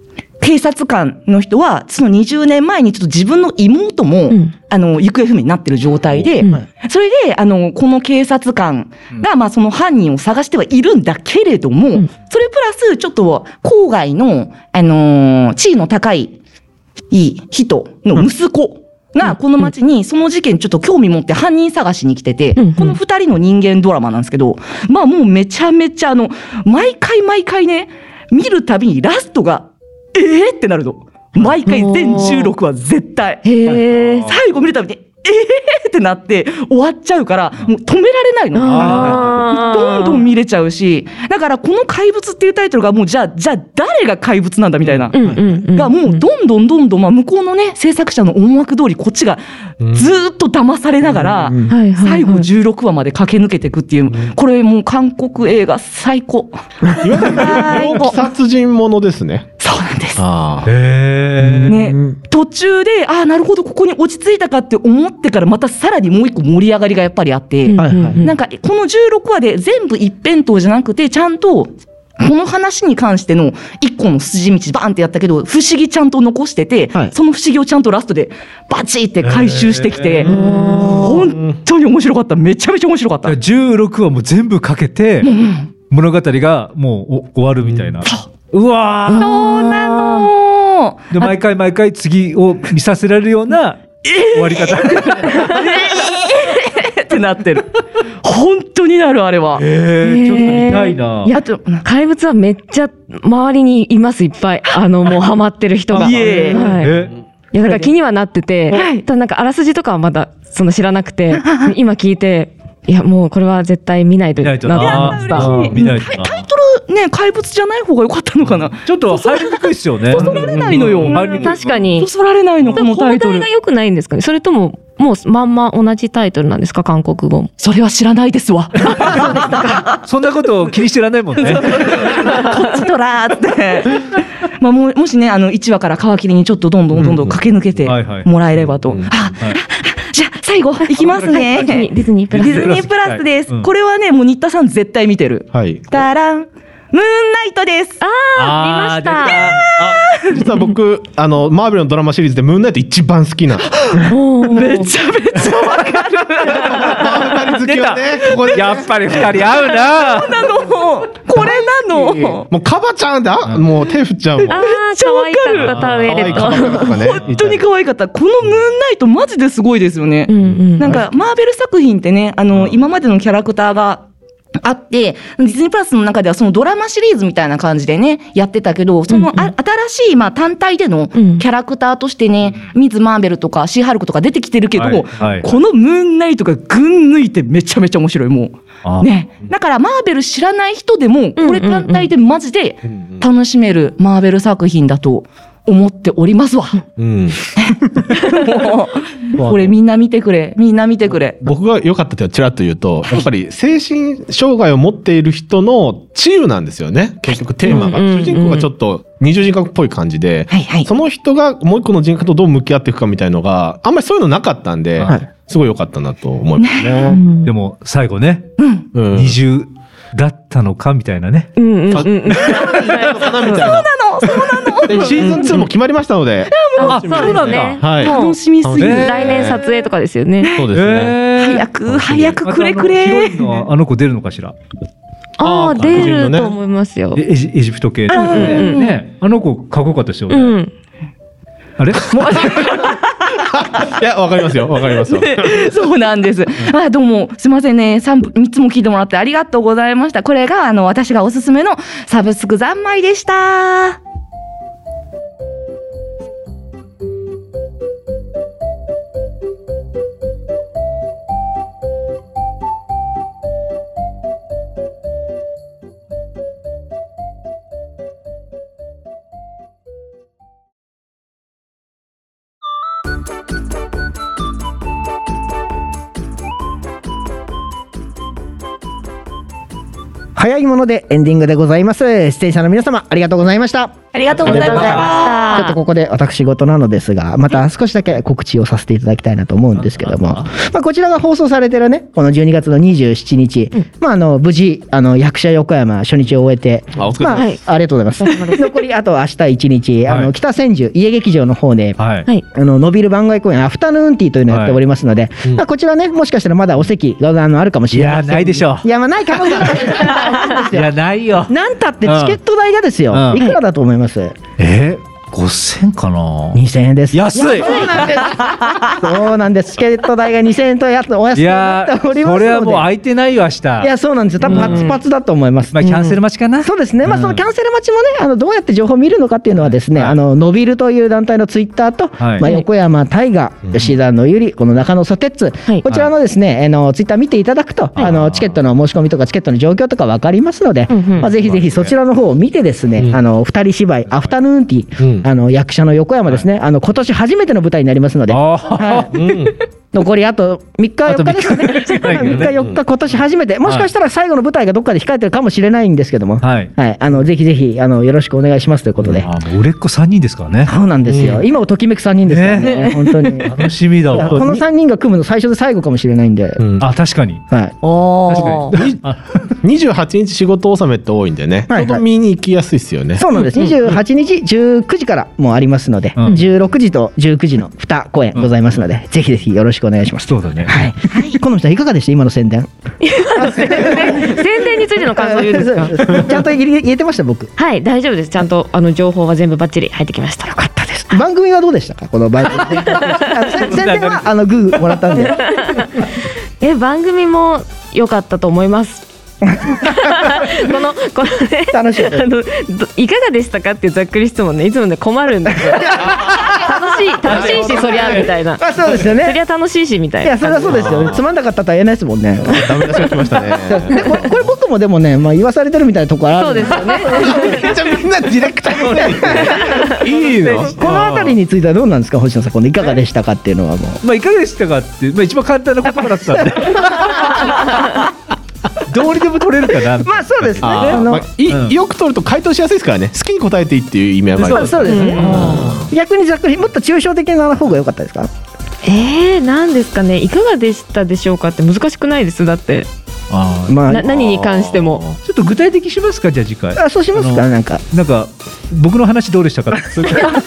警察官の人は、その20年前にちょっと自分の妹も、行方不明になってる状態で、それで、この警察官が、その犯人を探してはいるんだけれども、それプラス、ちょっと、郊外の、地位の高い人の息子が、この町にその事件ちょっと興味持って犯人探しに来てて、この2人の人間ドラマなんですけど、もうめちゃめちゃ毎回ね、見るたびにラストが、ってなるの。毎回全16話絶対。最後見るたびに、ってなって終わっちゃうから、もう止められないの。どんどん見れちゃうし、だからこの怪物っていうタイトルがもうじゃあ誰が怪物なんだみたいな。がもうどんどん向こうのね、制作者の思惑通りこっちがずーっと騙されながら、最後16話まで駆け抜けていくっていう、これもう韓国映画最高。 いわゆる猟奇殺人ものですね。 そうなんです。 ね、 途中で、なるほど、ここに落ち着いたかって思ってから、またさらにもう一個盛り上がりがやっぱりあって、なんか、この16話で全部一辺倒じゃなくて、ちゃんと、この話に関しての一個の筋道バーンってやったけど、不思議ちゃんと残してて、その不思議をちゃんとラストでバチって回収してきて、本当に面白かった。めちゃめちゃ面白かった。 16話も全部かけて、物語がもう終わるみたいな。うわー、そうなので、毎回次を見させられるような終わり方。 ってなってる。本当になる、あれは。 ちょっと見たいな。 あと、怪物はめっちゃ周りにいます、いっぱい。もうハマってる人が。いや、だから気にはなってて、ただなんかあらすじとかはまだ知らなくて、今聞いて、いや、もうこれは絶対見ないとなってました。 タイトルね、怪物じゃない方が良かったのかな。 ちょっと入りにくいっすよね。 そそられないのよ。 確かに。 そそられないの、このタイトル。 放題が良くないんですかね。それとも、もうまんま同じタイトルなんですか、韓国語も。 それは知らないですわ。 そんなことを気にしてらんないもんね。こっちとらーって。もしね、1話から皮切りにちょっとどんどん駆け抜けてもらえればと。じゃあ、最後、いきますね。 ディズニープラス。 ディズニープラスです。これはね、もう新田さん絶対見てる。ダラン。ムーンナイトです。 見ました。 実は僕、マーベルのドラマシリーズでムーンナイト一番好きな。 めちゃめちゃわかる。 マーベル好きはね、 やっぱり二人合うな。 そうなの。これなの。 もうカバちゃんだ。もう手振っちゃうもん。 めっちゃわかる。 タウエレット。 本当に可愛かった。このムーンナイトマジですごいですよね。なんか、マーベル作品ってね、今までのキャラクターが、あって、ディズニープラスの中ではそのドラマシリーズみたいな感じでね、やってたけど、その新しい単体でのキャラクターとしてね、ミズ・マーベルとかシーハルクとか出てきてるけど、このムーンナイトがぐん抜いてめちゃめちゃ面白い、もう。ね。だからマーベル知らない人でも、これ単体でマジで楽しめるマーベル作品だと思っておりますわ。これみんな見てくれ。みんな見てくれ。 僕が良かったってちらっと言うと、やっぱり精神障害を持っている人の治癒なんですよね。結局テーマが。主人公がちょっと二重人格っぽい感じで、その人がもう一個の人格とどう向き合っていくかみたいのが、あんまりそういうのなかったんで、すごい良かったなと思いますね。 でも最後ね、二重だったのかみたいなね。 そうなの。 シーズン2も決まりましたので。 そうだね。 楽しみすぎる。 来年撮影とかですよね。 そうですね。 早くくれくれ。 ヒロインのあの子出るのかしら。 出ると思いますよ。 エジプト系ね。あの子かっこよかったですよね。あれ？ いや、わかりますよ。わかりますよ。 そうなんです。どうも、すいませんね。3つも聞いてもらってありがとうございました。これが、私がおすすめのサブスク三昧でした。 早いものでエンディングでございます。出演者の皆様ありがとうございました。 ありがとうございました。 ちょっとここで私事なのですが、また少しだけ告知をさせていただきたいなと思うんですけども、こちらが放送されてるね、この12月の27日、無事、役者横山初日を終えて、ありがとうございます。残り、あと明日1日、北千住家劇場の方で、伸びる番外公演、アフタヌーンティーというのをやっておりますので、こちらね、もしかしたらまだお席があるかもしれない。 いや、ないでしょう。 いや、ない可能性いや、ないよ。 なんたってチケット代がですよ、いくらだと思います ？5000かな。 2000円です。 安い。 そうなんです。チケット代が2000円とお安くなっておりますので。 これはもう空いてないよ明日。 いや、そうなんですよ。多分パツパツだと思います。 キャンセル待ちかな。 そうですね。そのキャンセル待ちもね、どうやって情報を見るのかっていうのはですね、伸びるという団体のツイッターと、横山大河、吉田のゆり、この中野ソテッツ、こちらのですね、ツイッター見ていただくと、チケットの申し込みとかチケットの状況とか分かりますので、ぜひぜひそちらの方を見てですね、二人芝居アフタヌーンティー、役者の横山ですね、今年初めての舞台になりますので、残りあと3日4日ですね。3日4日今年初めて、もしかしたら最後の舞台がどっかで控えてるかもしれないんですけども、ぜひぜひよろしくお願いしますということで。 売れっ子3人ですからね。 そうなんですよ。今をときめく3人ですからね。本当に楽しみだわ。 この3人が組むの最初で最後かもしれないんで。 確かに。 28日仕事納めって多いんでね、ちょっと見に行きやすいですよね。 そうなんです。28日19時からもありますので、16時と19時の2公演ございますので、ぜひぜひよろしくお願いします。 そうだね。 はい。この人いかがでした今の宣伝？ 宣伝についての感想を言うんですか？ ちゃんと言えてました僕。 はい、大丈夫です。ちゃんと情報は全部バッチリ入ってきました。 よかったです。番組はどうでしたか？この番組。宣伝はグーもらったんで。 番組も良かったと思います。このね、 楽しい。 いかがでしたかっていうざっくり質問ね、いつもね困るんですよ。楽しいしそりゃみたいな。 そうですよね。 そりゃ楽しいしみたいな。 いやそれはそうですよ。つまんなかったとは言えないですもんね。 ダメ出しが来ましたね。 これ僕もでもね、言わされてるみたいなところある。 そうですよね。 じゃあみんなディレクターいいの。 このあたりについてはどうなんですか、星野さん。このいかがでしたかっていうのはもう。 いかがでしたかって、一番簡単な言葉だったんで。どうにでも取れるかな。 そうですね。 よく取ると回答しやすいですからね。好きに答えていいっていう意味合いもあります。 そうですね。逆にざっくりもっと抽象的な方が良かったですか？ なんですかね。いかがでしたでしょうかって難しくないです。だって。何に関してもちょっと具体的しますか、じゃあ次回。 そうしますか。なんか僕の話どうでしたか。そ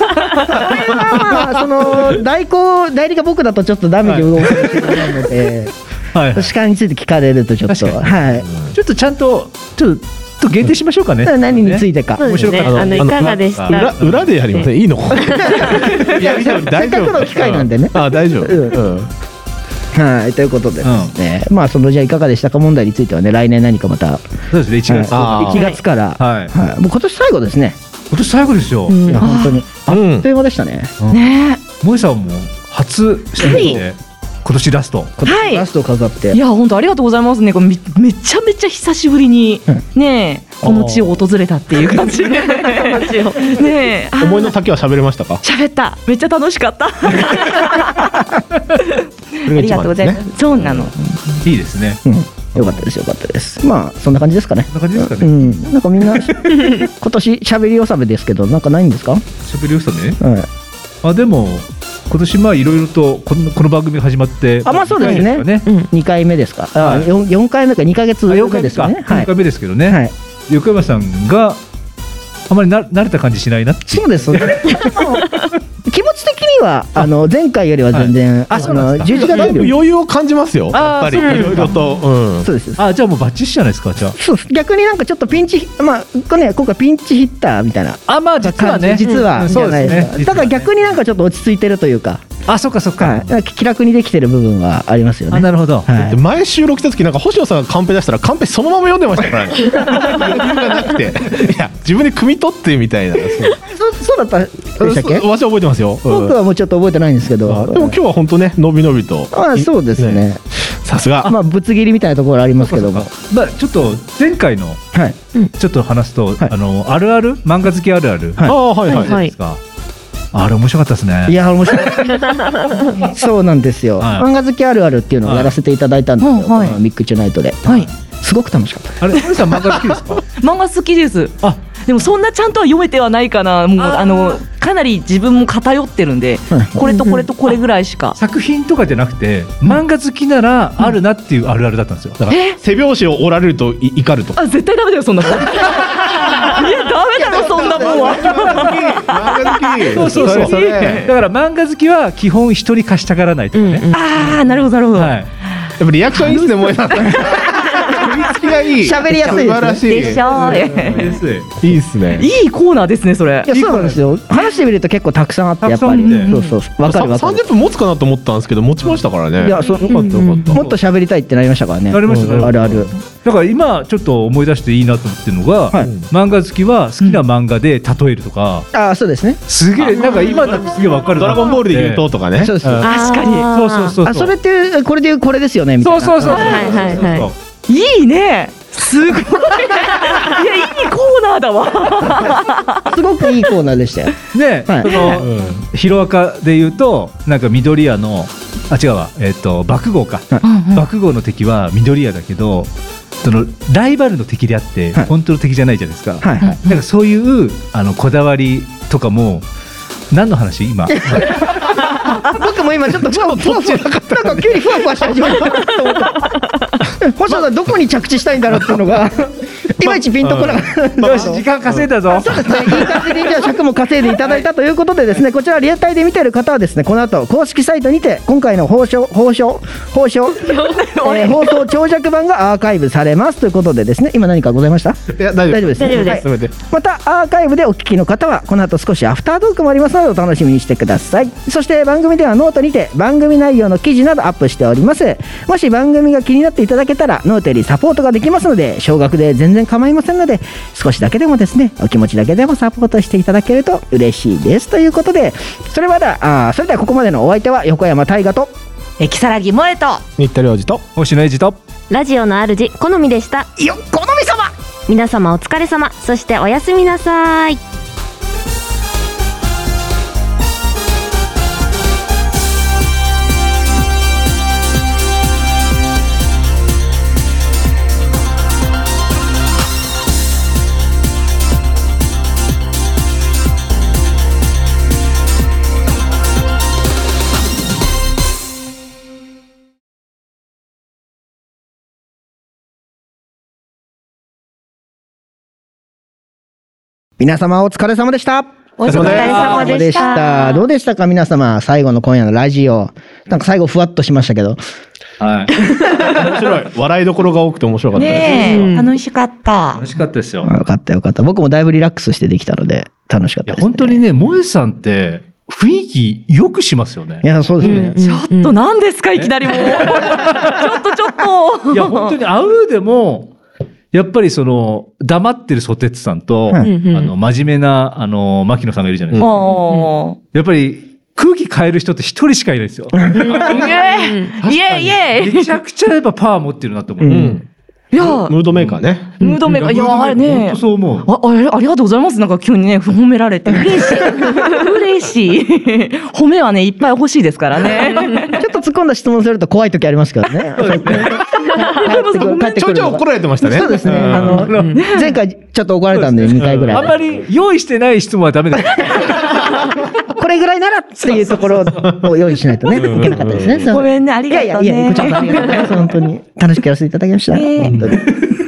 の代理が僕だとちょっとダメージを受けてないので。司会について聞かれるとちょっとちょっとちゃんと限定しましょうかね。 何についてか。 面白かった。いかがでした。 裏でやりません。いいの？ いやせっかくの機会なんでね。 大丈夫。 はい、ということでですね、そのじゃあいかがでしたか問題についてはね、来年何かまた。 そうですね。1 月からもう今年最後ですね。 今年最後ですよ。 いや本当にあっという間でしたね。 萌さんも初出演で。今年ラストラストを飾って。 いや本当ありがとうございますね。これめちゃめちゃ久しぶりにねこの地を訪れたっていう感じでね。 思いの丈は喋れましたか？ 喋った。めっちゃ楽しかった。ありがとうございます。そうなの。 いいですね。 よかったですよかったです。そんな感じですかね。 そんな感じですかね。 なんかみんな今年喋り納めですけどなんかないんですか？ 喋り納め？でも今年いろいろとこの番組が始まってそうですね。2回目ですか。4回目か2ヶ月目ですね。 4回目ですけどね。横山さんがあまり慣れた感じしないなって。 そうですね。気持ち的には前回よりは全然11月より余裕を感じますよ。やっぱりいろいろと。 そうです。 じゃあもうバッチリじゃないですか。じゃあそうです。逆になんかちょっとピンチ今回ピンチヒッターみたいな実はそうですね。だから逆になんかちょっと落ち着いてるというか。 そっかそっか。 気楽にできてる部分はありますよね。 なるほど。 前収録した時なんか星野さんがカンペ出したらカンペそのまま読んでましたからね。余裕がなくて、いや自分で汲み取ってみたいな。 そうだったでしたっけ？ 私は覚えてますよ。 僕はもうちょっと覚えてないんですけど。 でも今日は本当ねのびのびと。 そうですね。 さすが。 ぶつ切りみたいなところありますけども。 ちょっと前回のちょっと話すとあるある漫画好きあるある。あれ面白かったですね。 いや面白い。そうなんですよ。漫画好きあるあるっていうのをやらせていただいたんですよ。ミックチュナイトで。すごく楽しかった。 あれ、森さん漫画好きですか？ 漫画好きです。 でもそんなちゃんとは読めてはないかな。もうかなり自分も偏ってるんで、これとこれとこれぐらいしか。 作品とかじゃなくて漫画好きならあるなっていうあるあるだったんですよ。だから背拍子を折られると怒るとか。 絶対ダメだよそんなもん。いやダメだろそんなもんは。 漫画好き。 そうだから漫画好きは基本人に貸したがらないとかね。 ああなるほどなるほど。 やっぱリアクションいいですね萌さん。がいい。 喋りやすいです。 素晴らしい。 でしょ。 いいですね。 いいコーナーですねそれ。 いやそうなんですよ。話してみると結構たくさんあってやっぱり。そうわかるわかる。 30分持つかなと思ったんですけど持ちましたからね。 いやそうよかったよかった。もっと喋りたいってなりましたからね。 なりましたね。 あるある。 だから今ちょっと思い出していいなと思ってるのが漫画好きは好きな漫画で例えるとか。 あそうですね。 すげえなんか今だとすげえわかる。 ドラゴンボールで言うととかね。 そうです。 確かに。 そう。 それってこれでこれですよねみたいな。 そう。 いいね。すごい。いやいいコーナーだわ。 すごくいいコーナーでしたよ。 ね、そのヒロアカで言うとなんか緑屋の違うわ爆豪か。爆豪の敵は緑屋だけど。そのライバルの敵であって本当の敵じゃないじゃないですか。なんかそういうこだわりとかも何の話今？ 僕も今ちょっとなんか急にふわふわし始めたと思った。星野さんどこに着地したいんだろうっていうのがいまいちピンとこなかった。 よし時間稼いだぞ。 そうですね。いい感じでじゃあ尺も稼いでいただいたということでですね、こちらリアタイで見ている方はですね、この後公式サイトにて今回の放送長尺版がアーカイブされますということでですね、今何かございました？ いや大丈夫です。 大丈夫です。またアーカイブでお聞きの方はこの後少しアフタートークもありますのでお楽しみにしてください。そして番組ではノートにて番組内容の記事などアップしております。もし番組が気になっていただけたらノートよりサポートができますので、少額で全然構いませんので少しだけでもですね、お気持ちだけでもサポートしていただけると嬉しいですということで、それではここまでのお相手は横山大河と如月萌と新田良二と星野英二とラジオの主好みでした。 よっ好み様。 皆様お疲れ様。そしておやすみなさい。 皆様お疲れ様でした。 お疲れ様でした。 どうでしたか皆様、最後の今夜のラジオ。なんか最後ふわっとしましたけど。 はい。面白い。笑いどころが多くて面白かったです。 ねえ、楽しかった。 楽しかったですよ。 よかったよかった。僕もだいぶリラックスしてできたので楽しかったです、ね。 本当にね、萌さんって雰囲気良くしますよね。 いや、そうですね。 ちょっと何ですかいきなりもう。ちょっと。 いや、本当に会うでも、やっぱりその、黙ってるソテツさんと、真面目な、牧野さんがいるじゃないですか。やっぱり、空気変える人って一人しかいないですよ。イエイめちゃくちゃやっぱパワー持ってるなと思う。 いやムードメーカーね。 ムードメーカー。いや、あれね。 本当そう思う。 ありがとうございます。なんか急にね、褒められて。嬉しい。嬉しい。褒めはね、いっぱい欲しいですからね。 ちょっと突っ込んだ質問すると怖い時ありますけどね。 ちょいちょい怒られてましたね。 そうですね。前回ちょっと怒られたんで2回ぐらい。 あんまり用意してない質問はダメだよ。 これぐらいならっていうところを用意しないとね、いけなかったですね。 ごめんね、ありがとうね。 いや、こちらもありがとうございます。本当に楽しくやらせていただきました。本当に。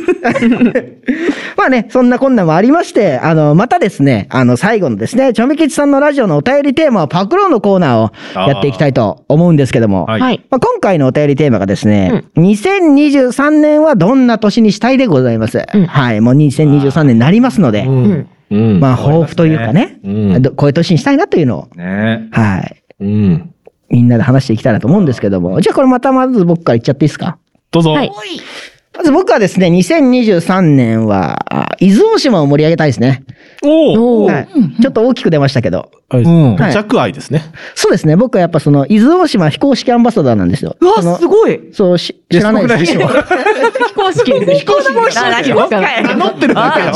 まあね、そんなこんなもありまして、またですね、最後のですね、ちょめきちさんのラジオのお便りテーマはパクロンのコーナーをやっていきたいと思うんですけども、はい。まあ、今回のお便りテーマがですね、2023年はどんな年にしたいでございます。はい、もう2023年になりますので、まあ、抱負というかね、こういう年にしたいなというのを、はい。みんなで話していきたいなと思うんですけども、じゃあこれまず僕から言っちゃっていいですか？ どうぞ。 はい。まず僕はですね、2023年は、伊豆大島を盛り上げたいですね。はい。ちょっと大きく出ましたけど。 弱愛ですね。 そうですね。僕はやっぱその、伊豆大島非公式アンバサダーなんですよ。 うわ、すごい。 そう、知らないでしょ。 非公式。 非公式。名乗ってるだけだ。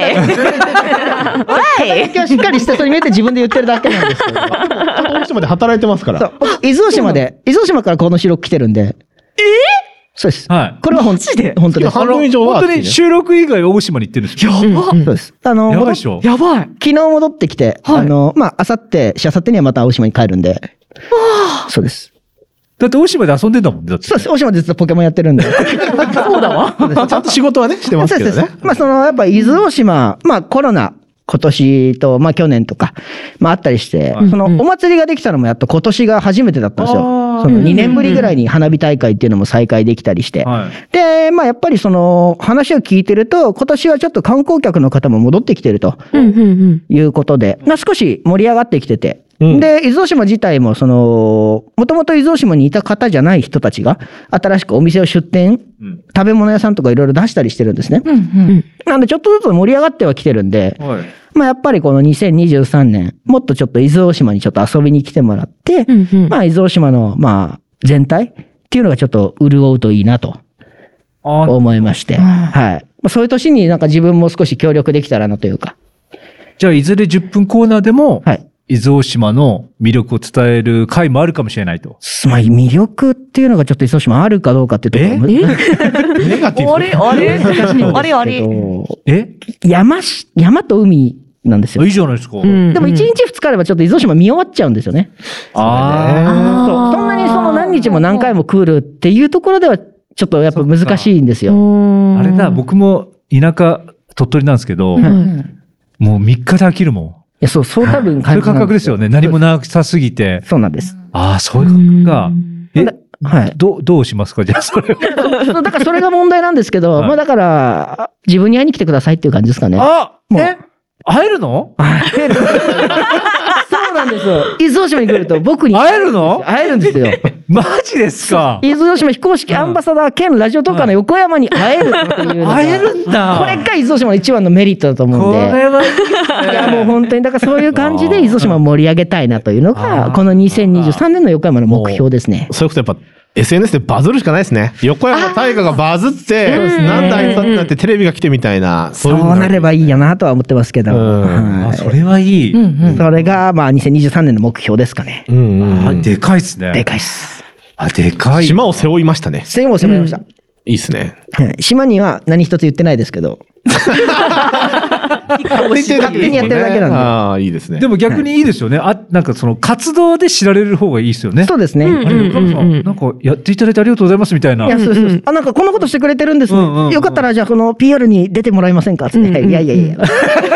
おい今日しっかりしてそうに見えて自分で言ってるだけなんですけど。 大島で働いてますから。 そう。伊豆大島からこの収録来てるんで。 そうです。 はい。 これは本当です。 半分以上は。 本当に収録以外大島に行ってるんですよ。 やば。 そうです。 やばいでしょ。やばい。 昨日戻ってきて、まあ、あさって、しあさってにはまた大島に帰るんで。そうです。 だって大島で遊んでんだもんね。だって。 そうです。大島でずっとポケモンやってるんで。 そうだわ。 ちゃんと仕事はね、してますけどね。 まあ、やっぱ伊豆大島、まあ、コロナ、今年と、まあ去年とか、まああったりして、お祭りができたのもやっと今年が初めてだったんですよ。その2年ぶりぐらいに花火大会っていうのも再開できたりして。で、まあやっぱり話を聞いてると、今年はちょっと観光客の方も戻ってきてるということで、まあ少し盛り上がってきてて、で、伊豆大島自体も、もともと伊豆大島にいた方じゃない人たちが、新しくお店を出店、食べ物屋さんとかいろいろ出したりしてるんですね。なので、ちょっとずつ盛り上がってはきてるんで、まあ、やっぱりこの2023年、もっとちょっと伊豆大島にちょっと遊びに来てもらって、まあ、伊豆大島の、まあ、全体っていうのがちょっと潤うといいなと、思いまして、はい。そういう年になんか自分も少し協力できたらなというか。 じゃあ、いずれ10分コーナーでも、はい。伊豆大島の魅力を伝える回もあるかもしれないと。 まあ、魅力っていうのがちょっと伊豆大島あるかどうかっていうところ。ネガティブ。あれ山と海なんですよ。 いいじゃないですか。 でも1日2日あればちょっと伊豆大島見終わっちゃうんですよね。そんなに何日も何回も来るっていうところではちょっとやっぱ難しいんですよ。 あれだ、僕も田舎、鳥取なんですけど、もう3日で飽きるもん。 いや、そう多分そういう感覚ですよね。何もなさすぎて。 そうなんです。 ああ、そういう感覚が。はい。どうしますかじゃあ、それは。だからそれが問題なんですけど、まあだから、自分に会いに来てくださいっていう感じですかね。 会えるの？ そうなんですよ。伊豆大島に来ると僕に会えるの？ 会えるんですよ。 マジですか？ 伊豆大島非公式アンバサダー兼ラジオトーカーの横山に会えるっていうのが。 会えるんだ。 これが伊豆大島の一番のメリットだと思うんで。 これはいいですね。 いやもう本当に、だからそういう感じで伊豆大島を盛り上げたいなというのが、この2023年の横山の目標ですね。 そういうことやっぱ、SNS でバズるしかないですね。横山大河がバズって、なんだあいつだってなってテレビが来てみたいな。 そうなればいいやなとは思ってますけど。 それはいい。 それが、まあ、2023年の目標ですかね。 でかいっすね。 でかいっす。 でかい。 島を背負いましたね。 島を背負いました。 いいっすね。 島には何一つ言ってないですけど。勝手にやってるだけなんで。 ああ、いいですね。 でも逆にいいですよね。なんかその活動で知られる方がいいですよね。 そうですね。 なんかやっていただいてありがとうございますみたいな。 いや、そうです。なんかこんなことしてくれてるんですね。よかったらじゃあこの PR に出てもらえませんかつって。いや。 ちょ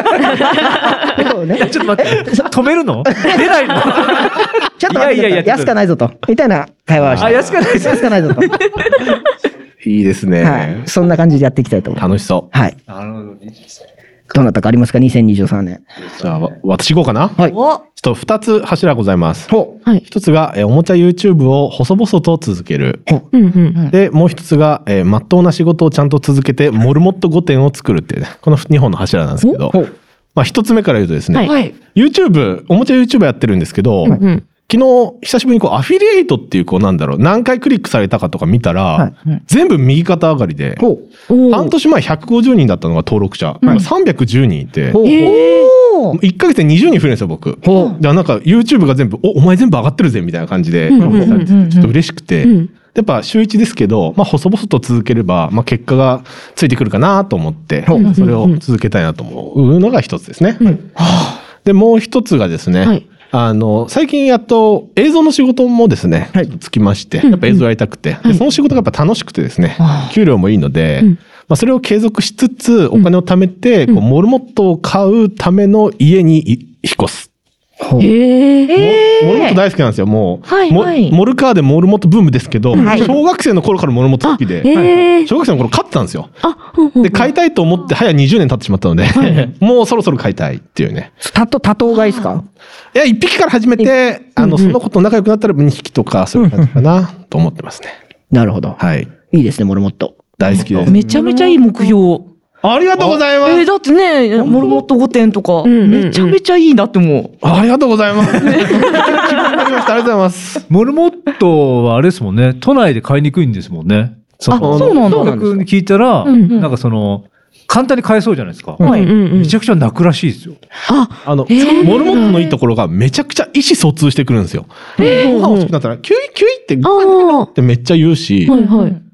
っと待って。止めるの？出ないの？ ちょっと待って。安かないぞと。みたいな会話をして。 安かないぞと。 いいですね。 はい。そんな感じでやっていきたいと思います。 楽しそう。 はい。なるほど。どなたかありますか ?2023 年。 じゃあ、私行こうかな。 はい。ちょっと2つ柱ございます。はい。1つが、おもちゃ YouTube を細々と続ける。で、もう1つが、まっとうな仕事をちゃんと続けて、モルモット5点を作るっていうね、この2本の柱なんですけど、まあ1つ目から言うとですね、はい、YouTube、おもちゃ YouTube やってるんですけど、昨日、久しぶりにアフィリエイトっていう、何回クリックされたかとか見たら、全部右肩上がりで、半年前150人だったのが登録者、310人いて、1ヶ月で20人増えるんですよ、僕。なんか YouTube が全部、お前全部上がってるぜ、みたいな感じで、ちょっと嬉しくて、やっぱ週1ですけど、まあ、細々と続ければ、まあ、結果がついてくるかなと思って、それを続けたいなと思うのが一つですね。で、もう一つがですね、最近やっと映像の仕事もですね、つきまして、やっぱ映像やりたくて、でその仕事がやっぱ楽しくてですね、給料もいいので、まあ、それを継続しつつ、お金を貯めて、モルモットを買うための家に引っ越す。モルモット大好きなんですよ、もう。モルカーでモルモットブームですけど、小学生の頃からモルモット好きで、小学生の頃買ってたんですよ。で、買いたいと思って早20年経ってしまったので、もうそろそろ買いたいっていうね。 多頭がいいですか？ いや、1匹から始めて、その子と仲良くなったら2匹とか、そういう感じかな、と思ってますね。 なるほど。 はい。 いいですね、モルモット。 大好きです。 めちゃめちゃいい目標。 ありがとうございます。 だってね、モルモット5点とか、めちゃめちゃいいなって思う。 ありがとうございます。気分になりました。ありがとうございます。 モルモットはあれですもんね、都内で買いにくいんですもんね。 そうなんだ。 僕に聞いたら、なんか簡単に買えそうじゃないですか。めちゃくちゃ泣くらしいですよ。 モルモットのいいところがめちゃくちゃ意思疎通してくるんですよ。ご飯欲しくなったら、キュイキュイってめっちゃ言うし、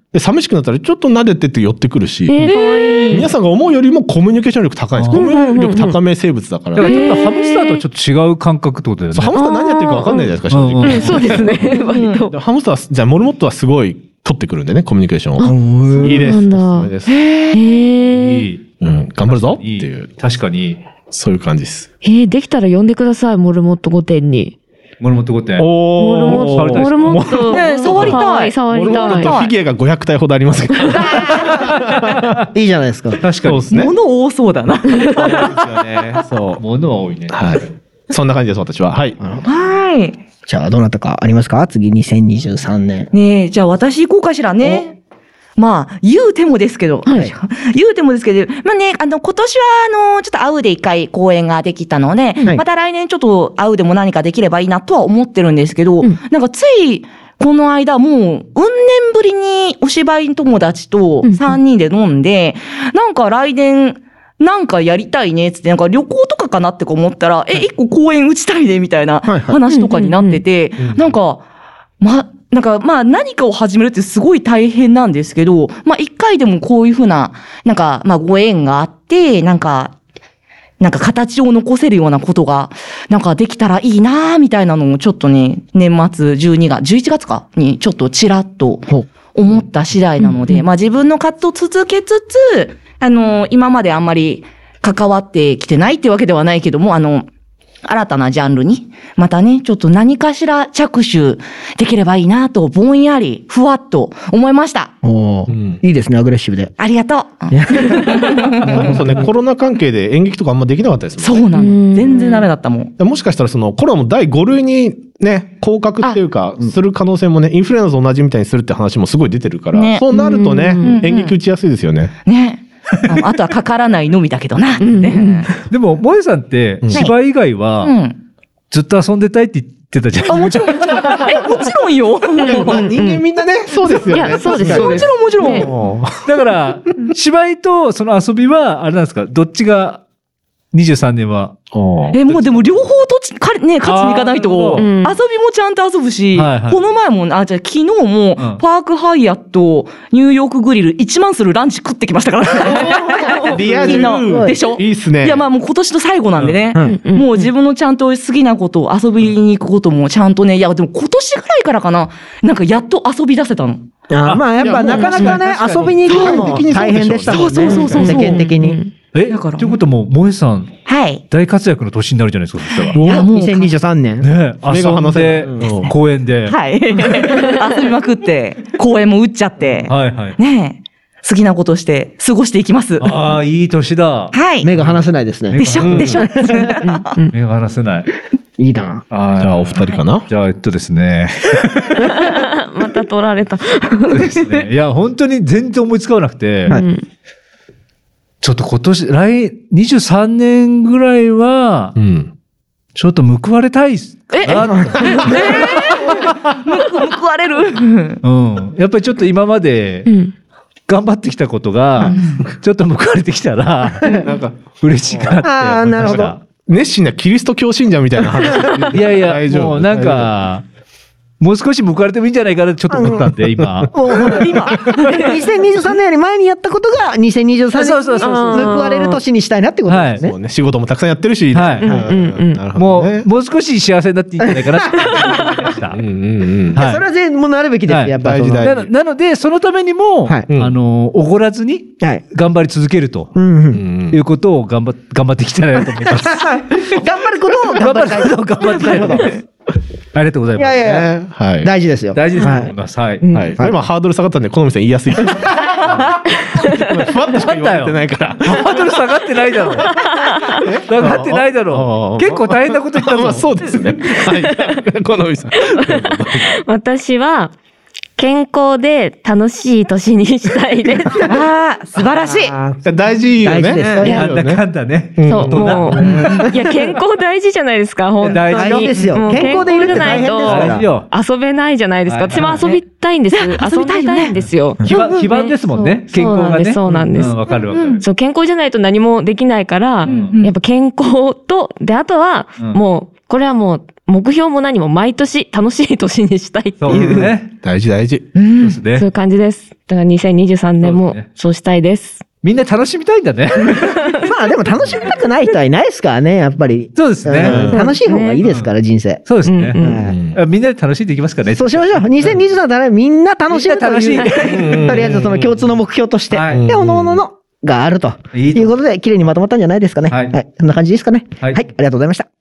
寂しくなったらちょっと撫でてって寄ってくるし、皆さんが思うよりもコミュニケーション力高いんです。コミュニケーション力高め生物だから。 だからちょっとハムスターとはちょっと違う感覚ってことだよね。 ハムスター何やってるか分かんないじゃないですか、正直。 そうですね、割と。 ハムスター、じゃあモルモットはすごい取ってくるんでね、コミュニケーションを。いいです。 そうです。 いい。 頑張るぞっていう。 確かに。 そういう感じです。 できたら呼んでください、モルモット御殿に。 モルモット御殿。 モルモット。 触りたい。 触りたい。 モルモットフィギュアが500体ほどありますけど。 いいじゃないですか。 確かに。 そうですね。 物多そうだな。 そうですよね。そう。 物は多いね。 はい。そんな感じです、私は。はい。 はい。 じゃあ、どなたかありますか？次、2023年。 ねえ、じゃあ私行こうかしらね。まあ、言うてもですけど、まあね、今年はちょっと会うで一回公演ができたので、また来年ちょっと会うでも何かできればいいなとは思ってるんですけど、なんかつい、この間もう、年ぶりにお芝居友達と3人で飲んで、なんか来年、なんかやりたいねっつって、なんか旅行とかかなって思ったら、一個公演打ちたいねみたいな話とかになってて、なんか何かを始めるってすごい大変なんですけど、一回でもこういうふうな、ご縁があって、形を残せるようなことが、できたらいいなぁみたいなのをちょっとね、年末11月かにちょっとちらっと思った次第なので、自分の活動を続けつつ、今まであんまり関わってきてないってわけではないけども、新たなジャンルに、またね、ちょっと何かしら着手できればいいなと、ぼんやり、ふわっと思いました。 いいですね、アグレッシブで。 ありがとう。 そうね、コロナ関係で演劇とかあんまできなかったですもんね。そうなの。全然ダメだったもん。 もしかしたらコロナも第5類にね、降格っていうか、する可能性もね、インフルエンザと同じみたいにするって話もすごい出てるから、そうなるとね、演劇打ちやすいですよね。 ね。あとはかからないのみだけどな。 でも、萌さんって、芝居以外は、ずっと遊んでたいって言ってたじゃん。 もちろん。もちろんよ。 人間みんなね、そうですよね。 いや、そうですよ。 もちろん。 だから、芝居とその遊びは、あれなんですか、どっちが、23年は。 もうでも両方勝ちに行かないと、遊びもちゃんと遊ぶし、この前も、昨日も、パークハイアット、ニューヨークグリル1万するランチ食ってきましたから。 リア充でしょ？ いいっすね。 いや、もう今年の最後なんでね。もう自分のちゃんと好きなことを遊びに行くこともちゃんとね、いや、でも今年ぐらいからかな、やっと遊び出せたの。 やっぱなかなかね、遊びに行くのも大変でしたもんね。 そう。 世間的に。 ということも、萌さん、大活躍の年になるじゃないですか、そしたら。 いや、もう2023年。 ね、遊んで、公演で。 はい。遊びまくって、公演も打っちゃって。ね好きなことして過ごしていきます。 ああ、いい年だ。 はい。 目が離せないですね。 でしょ目が離せない。 いいな。 じゃあ、お二人かな？ じゃあ、ですね。 また取られた。 ですね。いや、本当に全然思いつかなくて。ちょっと今年、23年ぐらいは、ちょっと報われたいな。 報われる？ やっぱりちょっと今まで、頑張ってきたことが、ちょっと報われてきたら、嬉しいかなって。 ああ、なるほど。 熱心なキリスト教信者みたいな話。 いやいや、もうもう少し報われてもいいんじゃないかなってちょっと思ったんで、今。 2023年より前にやったことが2023年に報われる年にしたいなってことですね。 そうね。仕事もたくさんやってるし。 もう少し幸せになっていいんじゃないかなって思いました。 それは全部なるべきです。やっぱり。 なので、そのためにも、おごらずに頑張り続けるということを頑張っていきたいなと思います。 頑張ることを頑張りたい。 ありがとうございます。 いや、大事ですよ。 大事ですと思います。はい。 今ハードル下がったんで、好みさん言いやすい。ふわっとしか言われてないから。 ハードル下がってないだろ。下がってないだろ。結構大変なこと言ったぞ。 そうですね。はい。好みさん。 私は、健康で楽しい年にしたいです。 ああ、素晴らしい。 大事よね。 なんだかんだね。 そう、もう。いや、健康大事じゃないですか、本当に。 大事ですよ。健康でいるって大変ですから。 遊べないじゃないですか。私も遊びたいんです。遊びたいんですよ。 基盤ですもんね。健康がね。 そうなんです。 わかるわかる。 そう、健康じゃないと何もできないから、やっぱ健康と、で、あとは、もう、これはもう、 目標も何も毎年楽しい年にしたいっていう。 ね。大事大事。 そうですね。そういう感じです。だから2023年もそうしたいです。 みんな楽しみたいんだね。 まあでも楽しみたくない人はいないですからね、やっぱり。 そうですね。 楽しい方がいいですから、人生。 そうですね。みんなで楽しいでいきますからね。 そうしましょう。2023年みんな楽しい。楽しい。とりあえずその共通の目標として、で、おのおののがあるということで、綺麗にまとまったんじゃないですかね。はい。そんな感じですかね。はい。ありがとうございました。